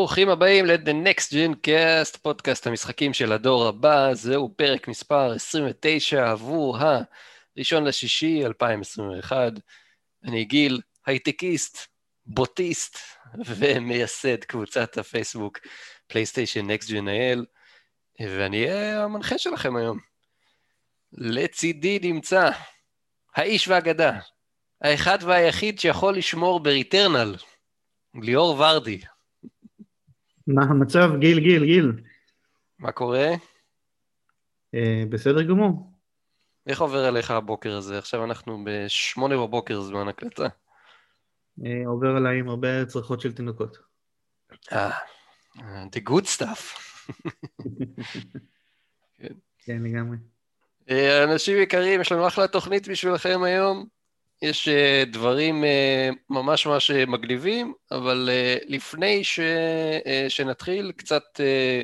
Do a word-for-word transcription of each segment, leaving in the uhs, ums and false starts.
ברוכים הבאים ל-The Next Gen Cast, פודקאסט המשחקים של הדור הבא. זהו פרק מספר עשרים ותשע עבור הראשון לשישי אלפיים עשרים ואחת. אני גיל, הייטקיסט, בוטיסט ומייסד קבוצת הפייסבוק פלייסטיישן Next Gen איי אל, ואני אהיה המנחה שלכם היום. לצידי נמצא האיש והאגדה, האחד והיחיד שיכול לשמור בריטרנל, ליאור ורדי. מה המצב? גיל, גיל, גיל. מה קורה? אה, בסדר גמור. איך עובר אליך הבוקר הזה? עכשיו אנחנו בשמונה בבוקר זמן הקלטה. אה, עובר עליי עם הרבה צרכות של תינוקות. אה, the good stuff. כן. כן, לגמרי. אה, אנשים יקרים, יש לנו אחלה תוכנית בשבילכם היום. יש אה, דברים אה, ממש ממש אה, מגניבים, אבל אה, לפני ש, אה, שנתחיל, קצת, אה,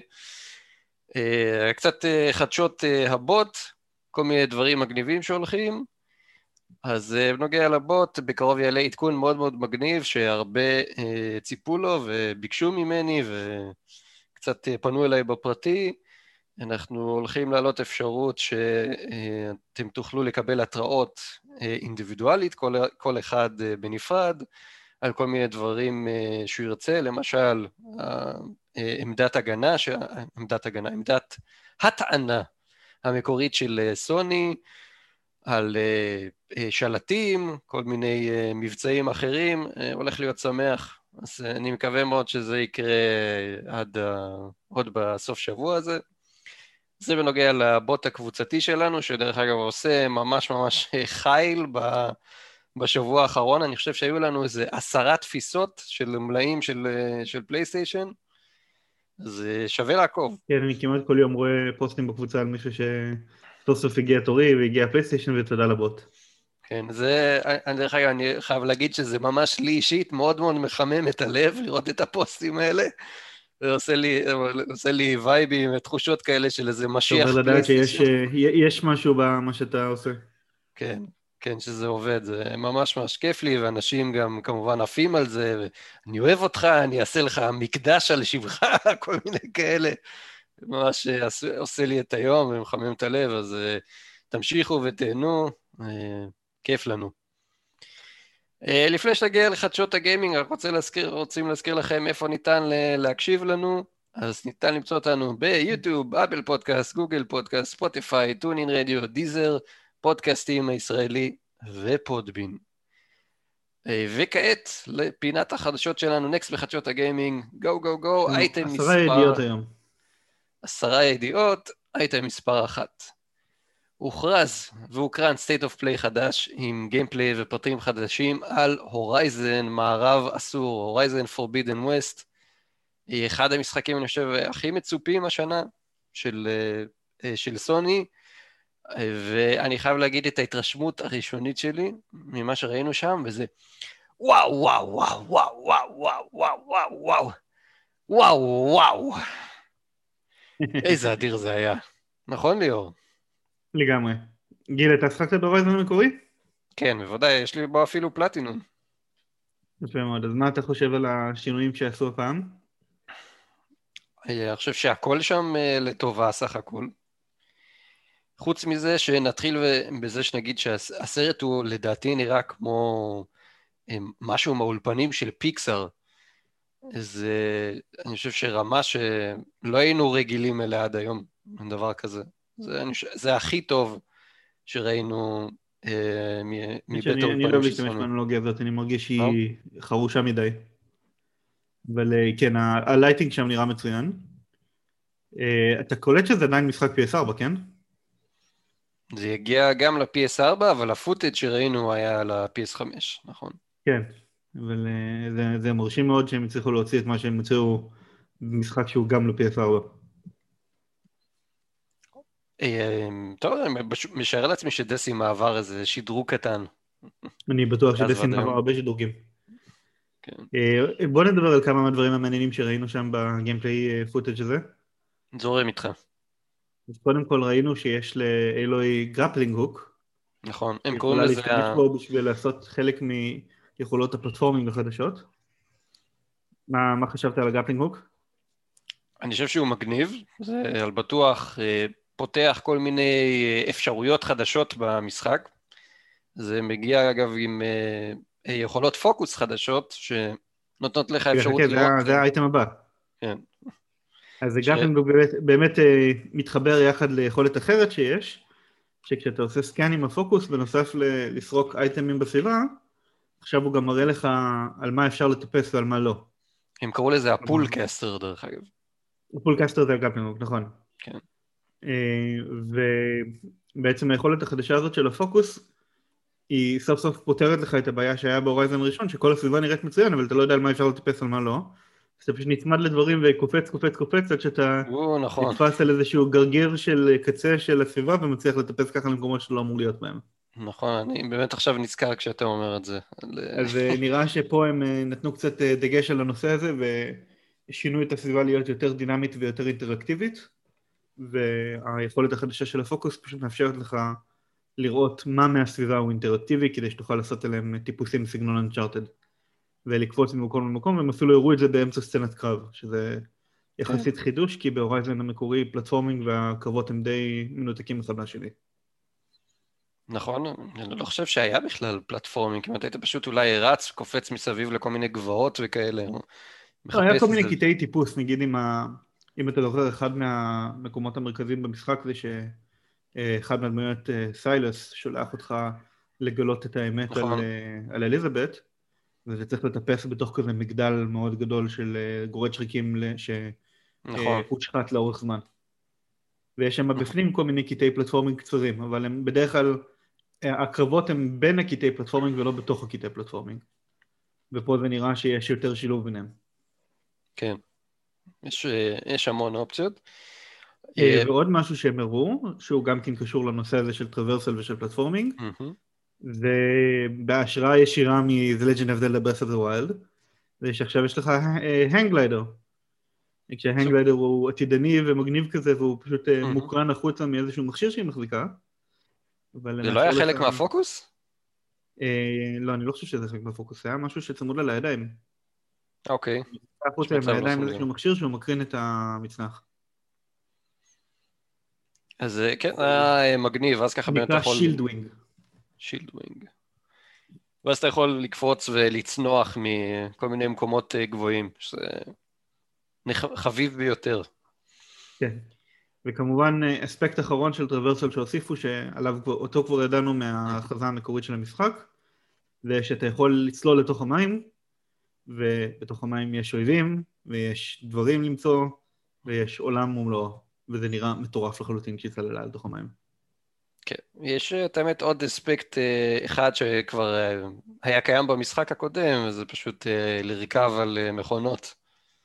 אה, קצת אה, חדשות אה, הבוט, כל מיני דברים מגניבים שהולכים. אז בנוגע לבוט, בקרוב יעלה עדכון מאוד מאוד מגניב, שהרבה אה, ציפו לו וביקשו ממני וקצת אה, פנו אליי בפרטי. אנחנו הולכים לעלות אפשרות שאתם תוכלו לקבל התראות אה, אינדיבידואלית, כל, כל אחד אה, בנפרד, על כל מיני דברים אה, שהוא ירצה, למשל אה, עמדת הגנה, ש... עמדת הגנה, עמדת הטענה המקורית של אה, סוני, על uh, uh, שלטים, כל מיני uh, מבצעים אחרים, uh, הולך להיות שמח. אז uh, אני מקווה מאוד שזה יקרה עד uh, עוד בסוף שבוע הזה. זה בנוגע לבוט הקבוצתי שלנו, שדרך אגב עושה ממש ממש חיל ב, בשבוע האחרון. אני חושב שהיו לנו איזה עשרה תפיסות של מלאים של, uh, של פלייסטיישן, אז uh, שווה לעקוב. כן, אני כמעט כל יום רואה פוסטים בקבוצה על מישהו שסוף סוף הגיע תורי והגיע פלייסטיישן ותודה לבוט. כן, זה, אני דרך אגב, אני חייב להגיד שזה ממש לי אישית מאוד מאוד מחמם את הלב לראות את הפוסטים האלה, זה עושה לי, עושה לי וייבים ותחושות כאלה של איזה אתה משיח אומר לדעת שיש פלייסטיישן. אה, יש משהו במה שאתה עושה. כן, כן, שזה עובד, זה ממש ממש כיף לי, ואנשים גם כמובן עפים על זה, ואני אוהב אותך, אני אעשה לך מקדש על שבחה, כל מיני כאלה, ממש עושה, עושה לי את היום ומחמם את הלב, אז תמשיכו ותהנו, כיף לנו. לפני שנגיע לחדשות הגיימינג, אנחנו רוצה להזכיר, רוצים להזכיר לכם איפה ניתן להקשיב לנו, אז ניתן למצוא אותנו ביוטיוב, אפל פודקאסט, גוגל פודקאסט, ספוטיפיי, טונין רדיו, דיזר, פודקאסטים הישראלי ופודבין. וכעת לפינת החדשות שלנו, נקסט בחדשות הגיימינג, גו גו גו, אייטם מספר... עשרה ידיעות היום. עשרה ידיעות, אייטם מספר אחת. הוכרז והוקרן State of Play חדש עם גיימפליי ופרטים חדשים על הורייזן מערב אסור, הורייזן Forbidden West, אחד המשחקים אני חושב הכי מצופים השנה של, של סוני, ואני חייב להגיד את ההתרשמות הראשונית שלי ממה שראינו שם, וזה וואו וואו וואו וואו וואו וואו וואו וואו וואו וואו איזה אדיר זה היה, נכון ליאור? לגמרי. גיל, אתה שחקת בהורייזן המקורי? כן, בוודאי, יש לי בו אפילו פלטינום. יפה מאוד, אז מה אתה חושב על השינויים שעשו הפעם? אני חושב שהכל שם לטובה סך הכל. חוץ מזה שנתחיל בזה שנגיד שהסרט הוא לדעתי נראה כמו משהו מהאולפנים של פיקסאר. אז אני חושב שרמה שלא היינו רגילים אליה עד היום, דבר כזה. זה, זה הכי טוב שראינו אה, מבית האולפנים של סוני. אני לא להשתמש באנלוגיה הזאת, אני מרגיש שהיא חרושה מדי. אבל כן, הלייטינג שם נראה מצוין. אתה קולט שזה עדיין משחק פי אס ארבע, כן? זה יגיע גם ל-פי אס ארבע, אבל הפוטג' שראינו היה ל-פי אס חמש, נכון? כן, אבל זה, זה מרשים מאוד שהם הצליחו להוציא את מה שהם הוציאו במשחק שהוא גם ל-פי אס ארבע. טוב, אני משער לעצמי שדסי מעבר איזה שדרוג קטן. אני בטוח שדסי מעבר הרבה שדרוגים. בוא נדבר על כמה מהדברים המעניינים שראינו שם בגיימפליי פוטג' הזה. זורם איתך. אז קודם כל ראינו שיש לאלוי גרפלינג הוק. נכון, הם קוראים לזה... יכולה להשתמש בו בשביל לעשות חלק מיכולות הפלטפורמינג החדשות. מה, מה חשבת על הגרפלינג הוק? אני חושב שהוא מגניב, זה על בטוח פותח כל מיני אפשרויות חדשות במשחק. זה מגיע אגב עם יכולות פוקוס חדשות, שנותנות לך אפשרות חכה, זה לראות... ה- זה האייטם הבא. כן. אז זה ש... גם באמת, באמת אה, מתחבר יחד ליכולת אחרת שיש, שכשאתה עושה סקן עם הפוקוס, בנוסף ל- לסרוק אייטמים בסביבה, עכשיו הוא גם מראה לך על מה אפשר לטפס ועל מה לא. הם קראו לזה כלומר, הפולקסטר דרך אגב. פולקסטר זה גם פינוק, נכון. כן. אה, ובעצם היכולת החדשה הזאת של הפוקוס, היא סוף סוף פותרת לך את הבעיה שהיה בהורייזן הראשון, שכל הסביבה נראית מצוין, אבל אתה לא יודע על מה אפשר לטפס על מה לא. אז אתה פשוט נצמד לדברים וקופץ, קופץ, קופץ, עד שאתה או, נכון. נתפס על איזשהו גרגיר של קצה של הסביבה, ומצליח לטפס ככה למקומות שלא אמור להיות בהם. נכון, אני באמת עכשיו נזכר כשאתה אומר את זה. אז נראה שפה הם נתנו קצת דגש על הנושא הזה, ושינו את הסביבה להיות יותר דינמית ויותר אינטראקטיבית, והיכולת החדשה של הפוקוס פשוט מאפשרת לך לראות מה מהסביבה הוא אינטראקטיבי, כדי שתוכל לעשות עליהם טיפוסים בסגנון Uncharted, ולקפוץ ממקום למקום, והם אפילו הראו את זה באמצע סצנת קרב, שזה יחסית חידוש, כי בהורייזן המקורי פלטפורמינג והקרבות הם די מנותקים אחד מהשני. נכון, אני לא חושב שהיה בכלל פלטפורמינג, כמעט היית פשוט אולי רץ, קופץ מסביב לכל מיני גבעות וכאלה. לא, היה כל מיני קטעי טיפוס, נגיד אם, ה... אם אתה זוכר, אחד מהמקומות המרכזיים במשחק זה שאחד מהדמויות סיילס שולח אותך לגלות את האמת נכון. על, על אליזבת, וזה צריך לטפס בתוך כזה מגדל מאוד גדול של גורד שריקים נכון. שהושחת לאורך זמן. ויש שם בפנים כל מיני קטעי פלטפורמינג קצרים, אבל הם בדרך כלל, הקרבות הם בין הקטעי פלטפורמינג ולא בתוך הקטעי פלטפורמינג. ופה זה נראה שיש יותר שילוב ביניהם. כן, יש, יש המון אופציות. ועוד משהו שהם הראו, שהוא גם כן קשור לנושא הזה של טרוורסל ושל פלטפורמינג, זה בהשראה ישירה מ-The Legend of Zelda Breath of the Wild, זה שעכשיו יש לך הנגליידר. כשההנגליידר הוא עתידני ומגניב כזה, והוא פשוט מוקרן החוצה מאיזשהו מכשיר שהיא מחזיקה. זה לא היה חלק מהפוקוס? לא, אני לא חושב שזה חלק מהפוקוס, זה היה משהו שצמוד לה לידיים. אוקיי. החוצה עם הידיים איזשהו מכשיר שהוא מקרין את המצנח. אז כן, היה מגניב, אז ככה באמת אתה יכול... נקרא שילדווינג. שילדווינג. ואז אתה יכול לקפוץ ולצנוח מכל מיני מקומות גבוהים, שזה חביב ביותר. כן. וכמובן, אספקט אחרון של טרוורסל שהוסיפו, שעליו אותו כבר ידענו מההכרזה המקורית של המשחק, זה שאתה יכול לצלול לתוך המים, ובתוך המים יש אויבים, ויש דברים למצוא, ויש עולם ומלואו, וזה נראה מטורף לחלוטין כשצללה לתוך המים. כן, יש את האמת עוד אספקט אחד שכבר היה קיים במשחק הקודם, וזה פשוט לרכב על מכונות.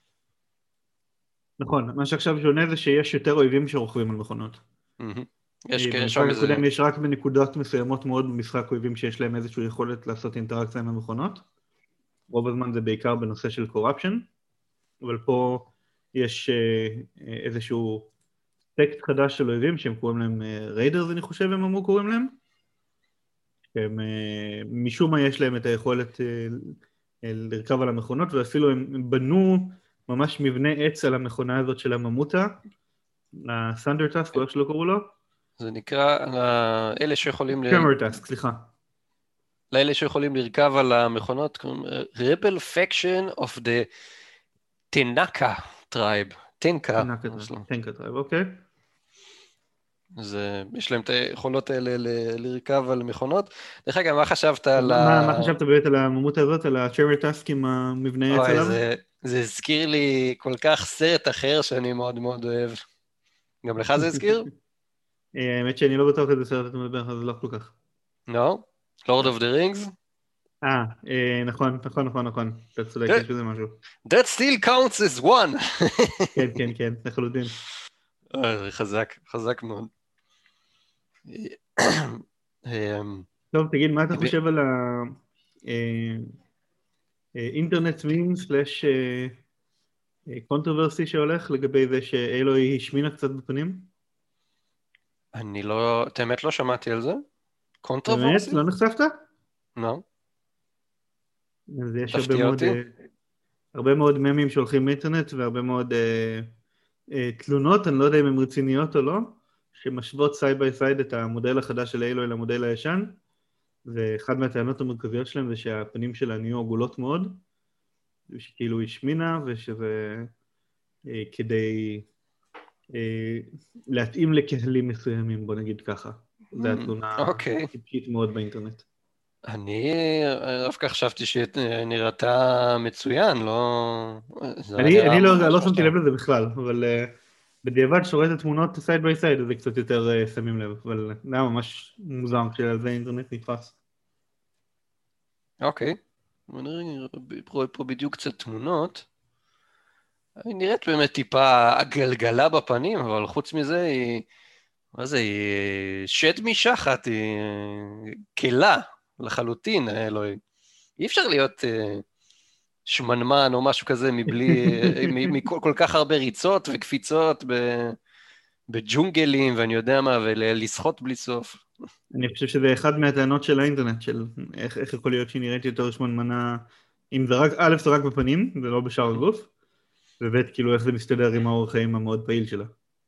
נכון, מה שעכשיו שונה זה שיש יותר אויבים שרוכבים על מכונות. יש במשחק הקודם יש רק בנקודות מסוימות מאוד במשחק אויבים שיש להם איזושהי יכולת לעשות אינטראקציה עם המכונות. רוב הזמן זה בעיקר בנושא של קורפשן, אבל פה יש איזשהו טקסט חדש של אויבים שהם קוראים להם ריידרס, אני חושב הם אמרו קוראים להם. הם, משום מה יש להם את היכולת לרכב על המכונות, ואפילו הם בנו ממש מבנה עץ על המכונה הזאת של הממוטה, הסנדר טאסק, או איך שלא קראו לו? זה נקרא, אלה שיכולים... טרמר טאסק, סליחה. לאלה שיכולים לרכב על המכונות, Rebel Faction of the Tenaka Tribe. טנקה. טנקה טרייב, אוקיי. אז יש להם את היכולות האלה לרכב על מכונות. דרך אגב, מה חשבת על ה... מה חשבת באמת על הממוטה הזאת, על הטרמר טאסק עם המבנה עץ עליו? זה הזכיר לי כל כך סרט אחר שאני מאוד מאוד אוהב. גם לך זה הזכיר? האמת שאני לא בטוח איזה סרט אתה מדבר, אז לא כל כך. לא? Lord of the Rings? אה, נכון, נכון, נכון, נכון. אתה צודק, יש בזה משהו. That still counts as one. כן, כן, כן, לחלוטין. זה חזק, חזק מאוד. טוב, תגיד, מה אתה חושב על האינטרנט מים סלש קונטרוברסי שהולך לגבי זה שאלוהי השמינה קצת בפנים? אני לא, את האמת לא שמעתי על זה. קונטרוברסי? באמת? לא נחשפת? לא. אז יש הרבה מאוד, הרבה מאוד ממים שהולכים מאינטרנט והרבה מאוד אה, תלונות, אני לא יודע אם הן רציניות או לא, שמשוות סייד ביי סייד את המודל החדש של אילו אל המודל הישן, ואחד מהטענות המרכזיות שלהם זה שהפנים שלה נהיו עגולות מאוד, ושכאילו היא השמינה, ושזה אה, כדי אה, להתאים לקהלים מסוימים, בוא נגיד ככה. זו התלונה אוקיי. טיפשית מאוד באינטרנט. אני דווקא חשבתי שנראתה מצוין, לא... זה היה אני, נראה אני לא, ממש לא ממש שמתי טוב. לב לזה בכלל, אבל uh, בדיעבד שרואה את התמונות סייד ביי סייד, אז זה קצת יותר uh, שמים לב, אבל זה היה ממש מוזר כשעל זה אינטרנט נתפס. אוקיי. אני רואה פה בדיוק קצת תמונות. היא נראית באמת טיפה עגלגלה בפנים, אבל חוץ מזה היא... מה זה? היא שד משחת, היא כלה לחלוטין, אלוהים. אי אפשר להיות uh, שמנמן או משהו כזה מבלי... מ- מכל כל כך הרבה ריצות וקפיצות ב, בג'ונגלים ואני יודע מה, ולשחות בלי סוף. אני חושב שזה אחד מהטענות של האינטרנט, של איך, איך יכול להיות שהיא נראית יותר שמנמנה, אם זה רק, א' זה רק בפנים, זה לא בשאר הגוף, וב' כאילו איך זה מסתדר עם האורח חיים המאוד פעיל שלה.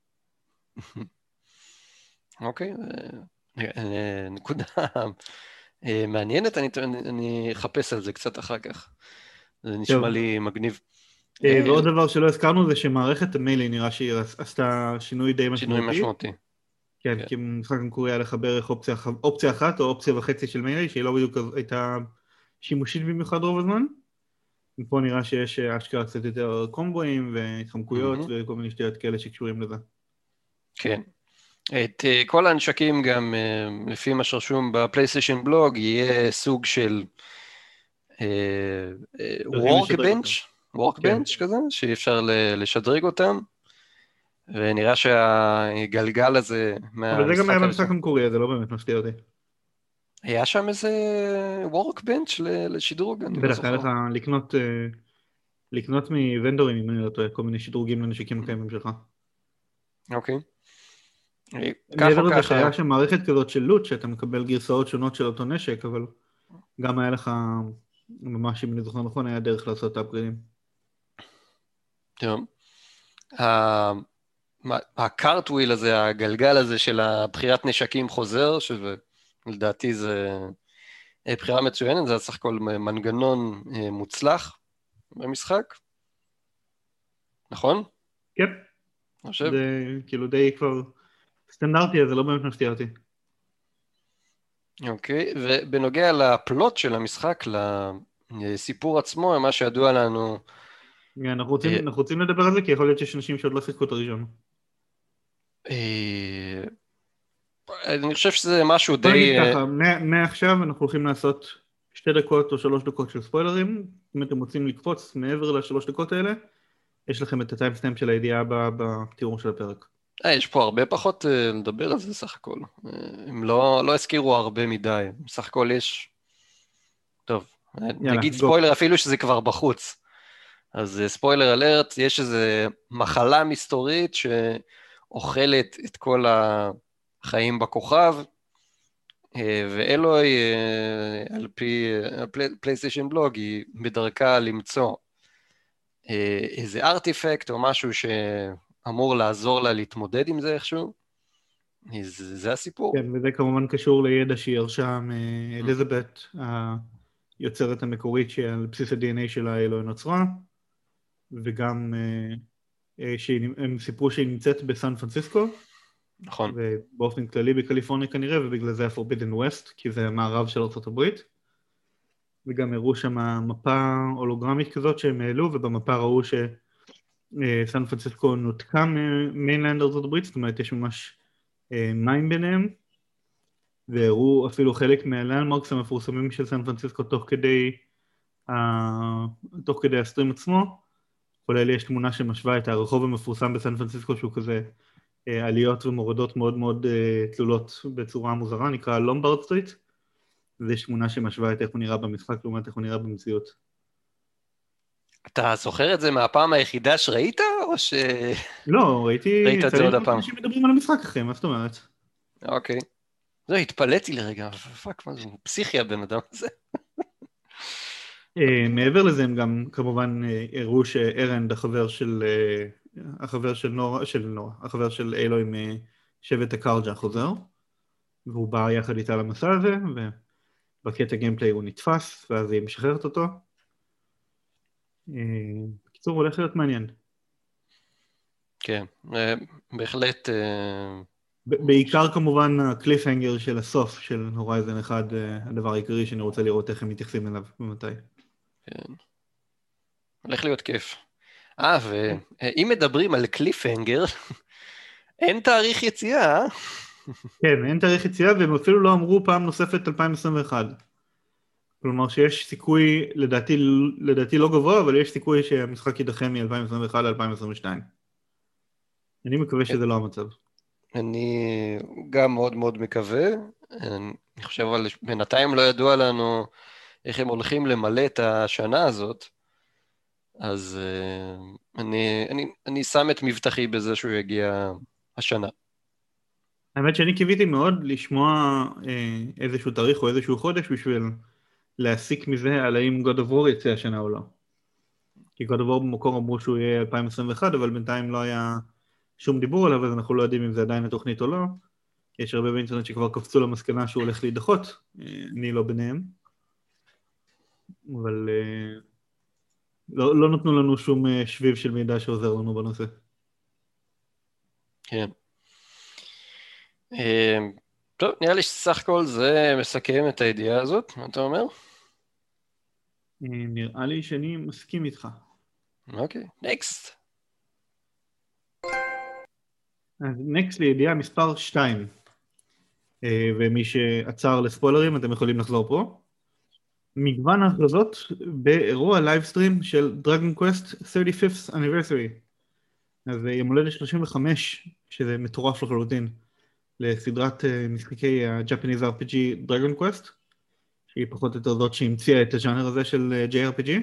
אוקיי, אה, אה, נקודה אה, מעניינת, אני, אני אחפש על זה קצת אחר כך. זה נשמע טוב, לי מגניב. אה, אה, ועוד דבר שלא הזכרנו זה שמערכת המיילי נראה שהיא עשתה שינוי די שינוי משמעותי. משמעותי. כן, כן. כי במשחק המקורי היה לך בערך אופציה, אופציה אחת או אופציה וחצי של מיילי, שהיא לא בדיוק הייתה שימושית במיוחד רוב הזמן. ופה נראה שיש אה, אשכרה קצת יותר קומבואים והתחמקויות מהמם. וכל מיני שטויות כאלה שקשורים לזה. כן. את אה, כל הנשקים גם, אה, לפי מה שרשום בפלייסטיישן בלוג, יהיה סוג של דרכים לשדרג אותם. וורקבנץ', כן, וורקבנץ' כזה, שאי אפשר ל- לשדרג אותם, ונראה שהגלגל הזה אבל זה גם היה מהמשחק במשחק הראשון, המקורי, אז זה לא באמת מפתיע אותי. היה שם איזה וורקבנץ' לשדרוג, אני לא בטח, היה זוכר. לך לקנות, אה, לקנות מוונדורים, אם אני לא טועה, כל מיני שדרוגים לנשקים הקיימים שלך. אוקיי. כך או מעבר לזה ככה, שהיה שם מערכת כזאת של לוט, שאתה מקבל גרסאות שונות של אותו נשק, אבל גם היה לך, ממש אם אני זוכר נכון, היה דרך לעשות את האפגרדים. טוב. ה- מה- הקארטוויל הזה, הגלגל הזה של הבחירת נשקים חוזר, שלדעתי זה אה, בחירה מצוינת, זה סך הכל מנגנון אה, מוצלח במשחק, נכון? כן, אני חושב. זה כאילו די כבר סטנדרטי, אז זה לא באמת מפתיע אותי. אוקיי, ובנוגע לפלוט של המשחק, לסיפור עצמו, מה שידוע לנו, כן, אנחנו רוצים, אה, אנחנו רוצים לדבר על זה, כי יכול להיות שיש אנשים שעוד לא שיחקו את הראשון. אה, אני חושב שזה משהו בוא נגיד די... אה, ככה, מע- מעכשיו אנחנו הולכים לעשות שתי דקות או שלוש דקות של ספוילרים. אם אתם רוצים לקפוץ מעבר לשלוש דקות האלה, יש לכם את הטיימסטמפ של הידיעה ב- בתיאור של הפרק. אה, יש פה הרבה פחות אה, לדבר על זה סך הכל. אה, הם לא, לא הזכירו הרבה מדי, סך הכל יש... טוב, אה, יאללה, נגיד גו. ספוילר אפילו שזה כבר בחוץ. אז אה, ספוילר אלרט, יש איזו מחלה מסתורית שאוכלת את כל החיים בכוכב, אה, ואלוהי, אה, על פי הפלייסטיישן בלוג, היא בדרכה למצוא אה, איזה ארטיפקט או משהו שאמור לעזור לה להתמודד עם זה איכשהו. זה, זה הסיפור. כן, וזה כמובן קשור לידע שהיא ירשה Mm, מאליזבת, היוצרת המקורית שעל בסיס ה-די אן איי שלה היא לא נוצרה, וגם אה, אה, שהם סיפרו שהיא נמצאת בסן פרנסיסקו, נכון, ובאופן כללי בקליפורניה כנראה, ובגלל זה ה-Forbidden West, כי זה המערב של ארצות הברית. וגם הראו שם מפה הולוגרמית כזאת שהם העלו, ובמפה ראו שסן פרנסיסקו נותקה ממיינלנד ארצות הברית, זאת אומרת יש ממש אה, מים ביניהם, והראו אפילו חלק מהלנדמרקס המפורסמים של סן פרנסיסקו תוך כדי, ה... תוך כדי הסטרים עצמו, כולל יש תמונה שמשווה את הרחוב המפורסם בסן פרנסיסקו שהוא כזה אה, עליות ומורדות מאוד מאוד אה, תלולות בצורה מוזרה, נקרא לומברד סטריט, ויש תמונה שמשווה את איך הוא נראה במשחק לעומת איך הוא נראה במציאות. אתה זוכר את זה מהפעם היחידה שראית, או שראית לא, ראיתי, את יצא זה לי עוד לראות הפעם? אנשים מדברים על המשחק אחרי, מה זאת אומרת? אוקיי. לא, התפלאתי לרגע, פאק, מה זה, הוא פסיכי הבן אדם הזה. אה, מעבר לזה הם גם כמובן אה, הראו שארנד, החבר של החבר של נורה, של נורה, החבר של אילו עם שבט הקרג'ה חוזר, והוא בא יחד איתה למסע הזה, ובקטע גיימפליי הוא נתפס, ואז היא משחררת אותו. בקיצור, הולך להיות מעניין. כן, בהחלט... בעיקר כמובן הקליפהנגר של הסוף של הורייזן אחד, הדבר העיקרי שאני רוצה לראות איך הם מתייחסים אליו ומתי. כן. הולך להיות כיף. אה, ואם מדברים על קליפהנגר, אין תאריך יציאה, אה? כן, אין תאריך יציאה, והם אפילו לא אמרו פעם נוספת אלפיים עשרים ואחת. כלומר שיש סיכוי, לדעתי, לדעתי לא גבוה, אבל יש סיכוי שהמשחק יידחה מ-אלפיים עשרים ואחת ל-אלפיים עשרים ושתיים. אני מקווה שזה לא המצב. אני גם מאוד מאוד מקווה. אני חושב, אבל בינתיים לא ידוע לנו איך הם הולכים למלא את השנה הזאת, אז uh, אני, אני, אני שם את מבטחי בזה שהוא יגיע השנה. האמת שאני קיוויתי מאוד לשמוע אה, איזשהו תאריך או איזשהו חודש בשביל להסיק מזה על האם God of War יצא השנה או לא. כי God of War במקור אמרו שהוא יהיה אלפיים עשרים ואחת, אבל בינתיים לא היה שום דיבור עליו, אז אנחנו לא יודעים אם זה עדיין התוכנית או לא. יש הרבה באינטרנט שכבר קפצו למסקנה שהוא הולך להידחות, אני לא ביניהם. אבל אה, לא, לא נתנו לנו שום שביב של מידע שעוזר לנו בנושא. כן. טוב, נראה לי שסך הכל זה מסכם את הידיעה הזאת, מה אתה אומר? נראה לי שאני מסכים איתך. אוקיי, נקסט. אז נקסט לידיעה מספר שתיים. ומי שעצר לספוילרים, אתם יכולים לחזור פה. מגוון ההכרזות באירוע לייבסטרים של Dragon Quest thirty-fifth Anniversary. אז יום הולדת שלושים וחמש, שזה מטורף לחלוטין, לסדרת משחקי ה-Japanese אר פי ג'י Dragon Quest, שהיא פחות או יותר זאת שהמציאה את הז'אנר הזה של ג'יי אר פי ג'י.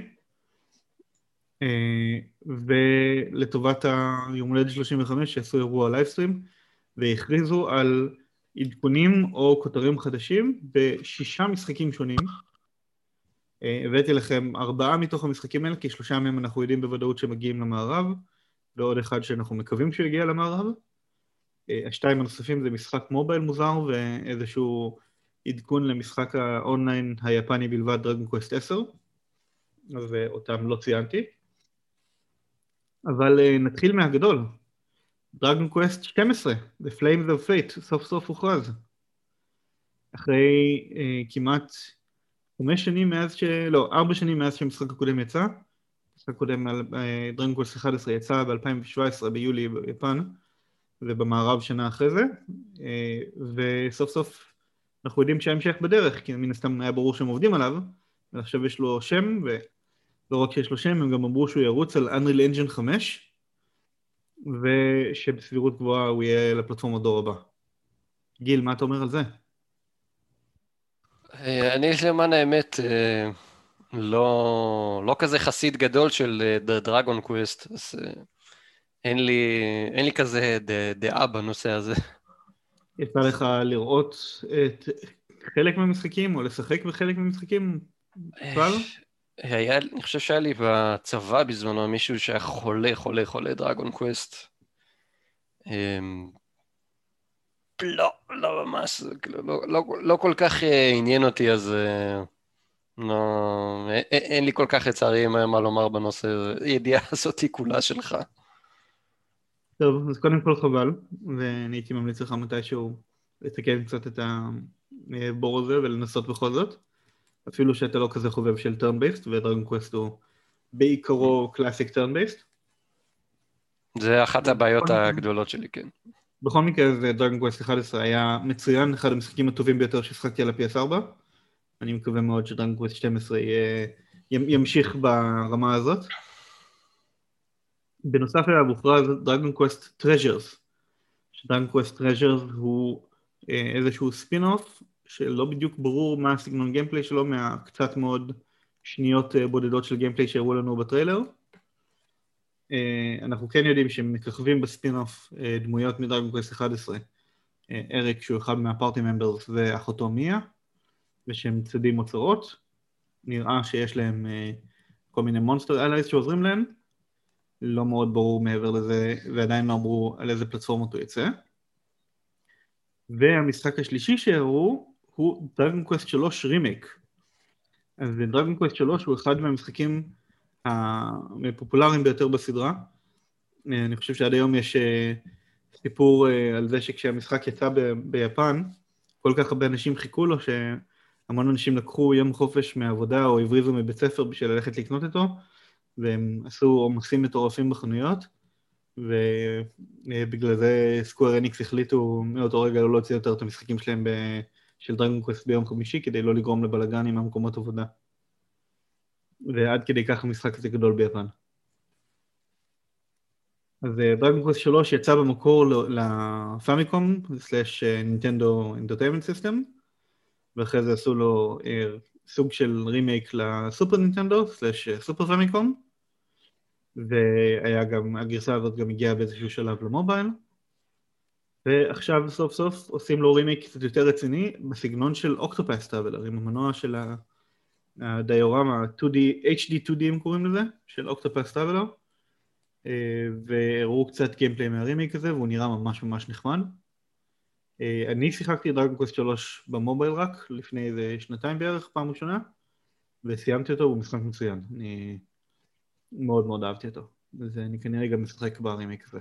ולטובת היום הולדת שלושים וחמש שעשו אירוע לייבסטרים, והכריזו על עדכונים או כותרים חדשים בשישה משחקים שונים. הבאתי לכם ארבעה מתוך המשחקים האלה, כי שלושה מהם אנחנו יודעים בוודאות שמגיעים למערב, ועוד אחד שאנחנו מקווים שיגיע למערב. השתיים הנוספים זה משחק מובייל מוזר, ואיזשהו עדכון למשחק האונליין היפני בלבד, Dragon Quest עשר, אז אותם לא ציינתי. אבל נתחיל מהגדול. Dragon Quest שתים עשרה, The Flames of Fate, סוף סוף הוכרז. אחרי אה, כמעט חמש שנים מאז ש... לא, ארבע שנים מאז שהמשחק הקודם יצא. המשחק הקודם, אה, Dragon Quest אחת עשרה, יצא ב-אלפיים שבע עשרה ביולי ביפן, ובמערב שנה אחרי זה. אה, וסוף סוף אנחנו יודעים שההמשך בדרך, כי מן הסתם היה ברור שהם עובדים עליו, ועכשיו יש לו שם, ולא רק שיש לו שם, הם גם אמרו שהוא ירוץ על Unreal Engine חמש, ושבסבירות גבוהה הוא יהיה לפלטפורמה דור הבא. גיל, מה אתה אומר על זה? אני למען האמת לא, לא כזה חסיד גדול של דרגון קווסט, אז אין לי, אין לי כזה דעה בנושא הזה. יצא לך לראות את חלק מהמשחקים, או לשחק בחלק מהמשחקים בכלל? היה, אני חושב שהיה לי בצבא בזמנו מישהו שהיה חולה, חולה, חולה דרגון קווסט. לא, לא ממש, לא, לא, לא כל כך עניין אותי, אז לא, אין לי כל כך לצערי מה לומר בנושא, הידיעה הזאת היא כולה שלך. טוב, אז קודם כל חבל, ואני הייתי ממליץ לך מתישהו לתקן קצת את הבור הזה ולנסות בכל זאת, אפילו שאתה לא כזה חובב של turn-based, ודרגון קווסט הוא בעיקרו קלאסיק turn-based. זה אחת הבעיות הגדולות שלי, כן. בכל מקרה, דרגון קווסט אחת עשרה היה מצוין, אחד המשחקים הטובים ביותר ששחקתי על ה-פי אס ארבע. אני מקווה מאוד שדרגון קווסט שתים עשרה ימשיך ברמה הזאת. בנוסף אליו הוכרז דרגון קווסט טרז'רס. שדרגון קווסט טרז'רס הוא איזשהו ספין-אוף, שלא בדיוק ברור מה הסגנון גיימפליי שלו, מהקצת מאוד שניות בודדות של גיימפליי שהראו לנו בטריילר. אנחנו כן יודעים שהם מככבים בספין-אוף דמויות מדרגון קווסט אחת עשרה, אריק שהוא אחד מהפארטי ממברס ואחותו מיה, ושהם צדים אוצרות. נראה שיש להם כל מיני מונסטר אלייז שעוזרים להם, לא מאוד ברור מעבר לזה, ועדיין לא אמרו על איזה פלטפורמות הוא יצא. והמשחק השלישי שהראו הוא Dragon Quest שלוש רימייק. אז Dragon Quest שלוש הוא אחד מהמשחקים הפופולריים ביותר בסדרה. אני חושב שעד היום יש סיפור על זה שכשהמשחק יצא ב- ביפן, כל כך הרבה אנשים חיכו לו, שהמון אנשים לקחו יום חופש מהעבודה או הבריזו מבית ספר בשביל ללכת לקנות אותו, והם עשו עומסים מטורפים בחנויות, ובגלל זה סקוואר אניקס החליטו מאותו רגע לא להוציא יותר את המשחקים שלהם ב... של דרגון קווסט ביום חמישי, כדי לא לגרום לבלגן עם המקומות עבודה. ועד כדי כך המשחק הזה גדול ביפן. אז דרגון קווסט שלוש יצא במקור לפאמיקום, סלש נינטנדו אינטרטיימנט סיסטם, ואחרי זה עשו לו סוג של רימייק לסופר נינטנדו, סלש סופר פאמיקום, והיה גם, הגרסה הזאת גם הגיעה באיזשהו שלב למובייל, ועכשיו סוף סוף עושים לו רימייק קצת יותר רציני, בסגנון של אוקטופס טראבלר, עם המנוע של הדיורמה, אייץ' די טו די הם קוראים לזה, של אוקטופס טראבלר, והראו קצת גיימפליי מהרימייק הזה, והוא נראה ממש ממש נחמד. אני שיחקתי דרגון קווסט שלוש במובייל רק, לפני איזה שנתיים בערך, פעם ראשונה, וסיימתי אותו, הוא משחק מצוין. אני מאוד מאוד אהבתי אותו, ואני כנראה גם משחק ברימייק הזה.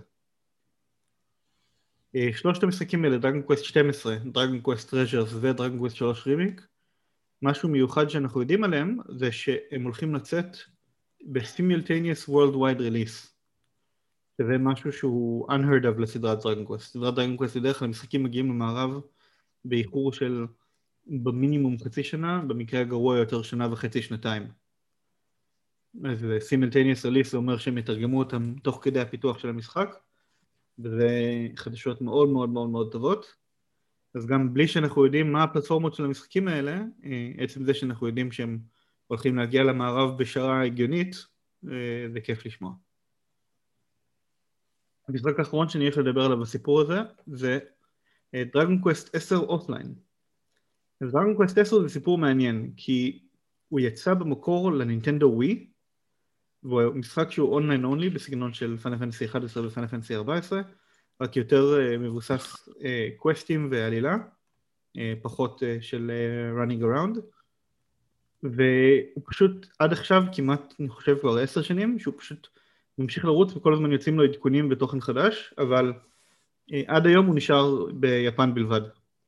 שלושת המשחקים האלה, דרגון קווסט שתים עשרה, דרגון קווסט טרז'רס ודרגון קווסט שלוש רימייק, משהו מיוחד שאנחנו יודעים עליהם, זה שהם הולכים לצאת ב-Simultaneous Worldwide Release. שזה משהו שהוא unheard of לסדרת דרגון קווסט. סדרת דרגון קווסט בדרך כלל המשחקים מגיעים למערב באיחור של במינימום חצי שנה, במקרה הגרוע יותר שנה וחצי שנתיים. אז Simultaneous Release זה אומר שהם יתרגמו אותם תוך כדי הפיתוח של המשחק, וזה חדשות מאוד מאוד מאוד מאוד טובות. אז גם בלי שאנחנו יודעים מה הפלטפורמות של המשחקים האלה, עצם זה שאנחנו יודעים שהם הולכים להגיע למערב בשעה הגיונית, זה כיף לשמוע. המשחק האחרון שאני הולך לדבר עליו בסיפור הזה, זה דרגון קווסט עשר אופליין. דרגון קווסט עשר זה סיפור מעניין, כי הוא יצא במקור לנינטנדו ווי, והוא משחק שהוא אונליין אונלי, בסגנון של פיינל פנטסי אחת עשרה ופיינל פנטסי ארבע עשרה, רק יותר מבוסס קווסטים ועלילה, פחות של running around, והוא פשוט עד עכשיו כמעט, אני חושב כבר עשר שנים, שהוא פשוט ממשיך לרוץ וכל הזמן יוצאים לו עדכונים ותוכן חדש, אבל עד היום הוא נשאר ביפן בלבד.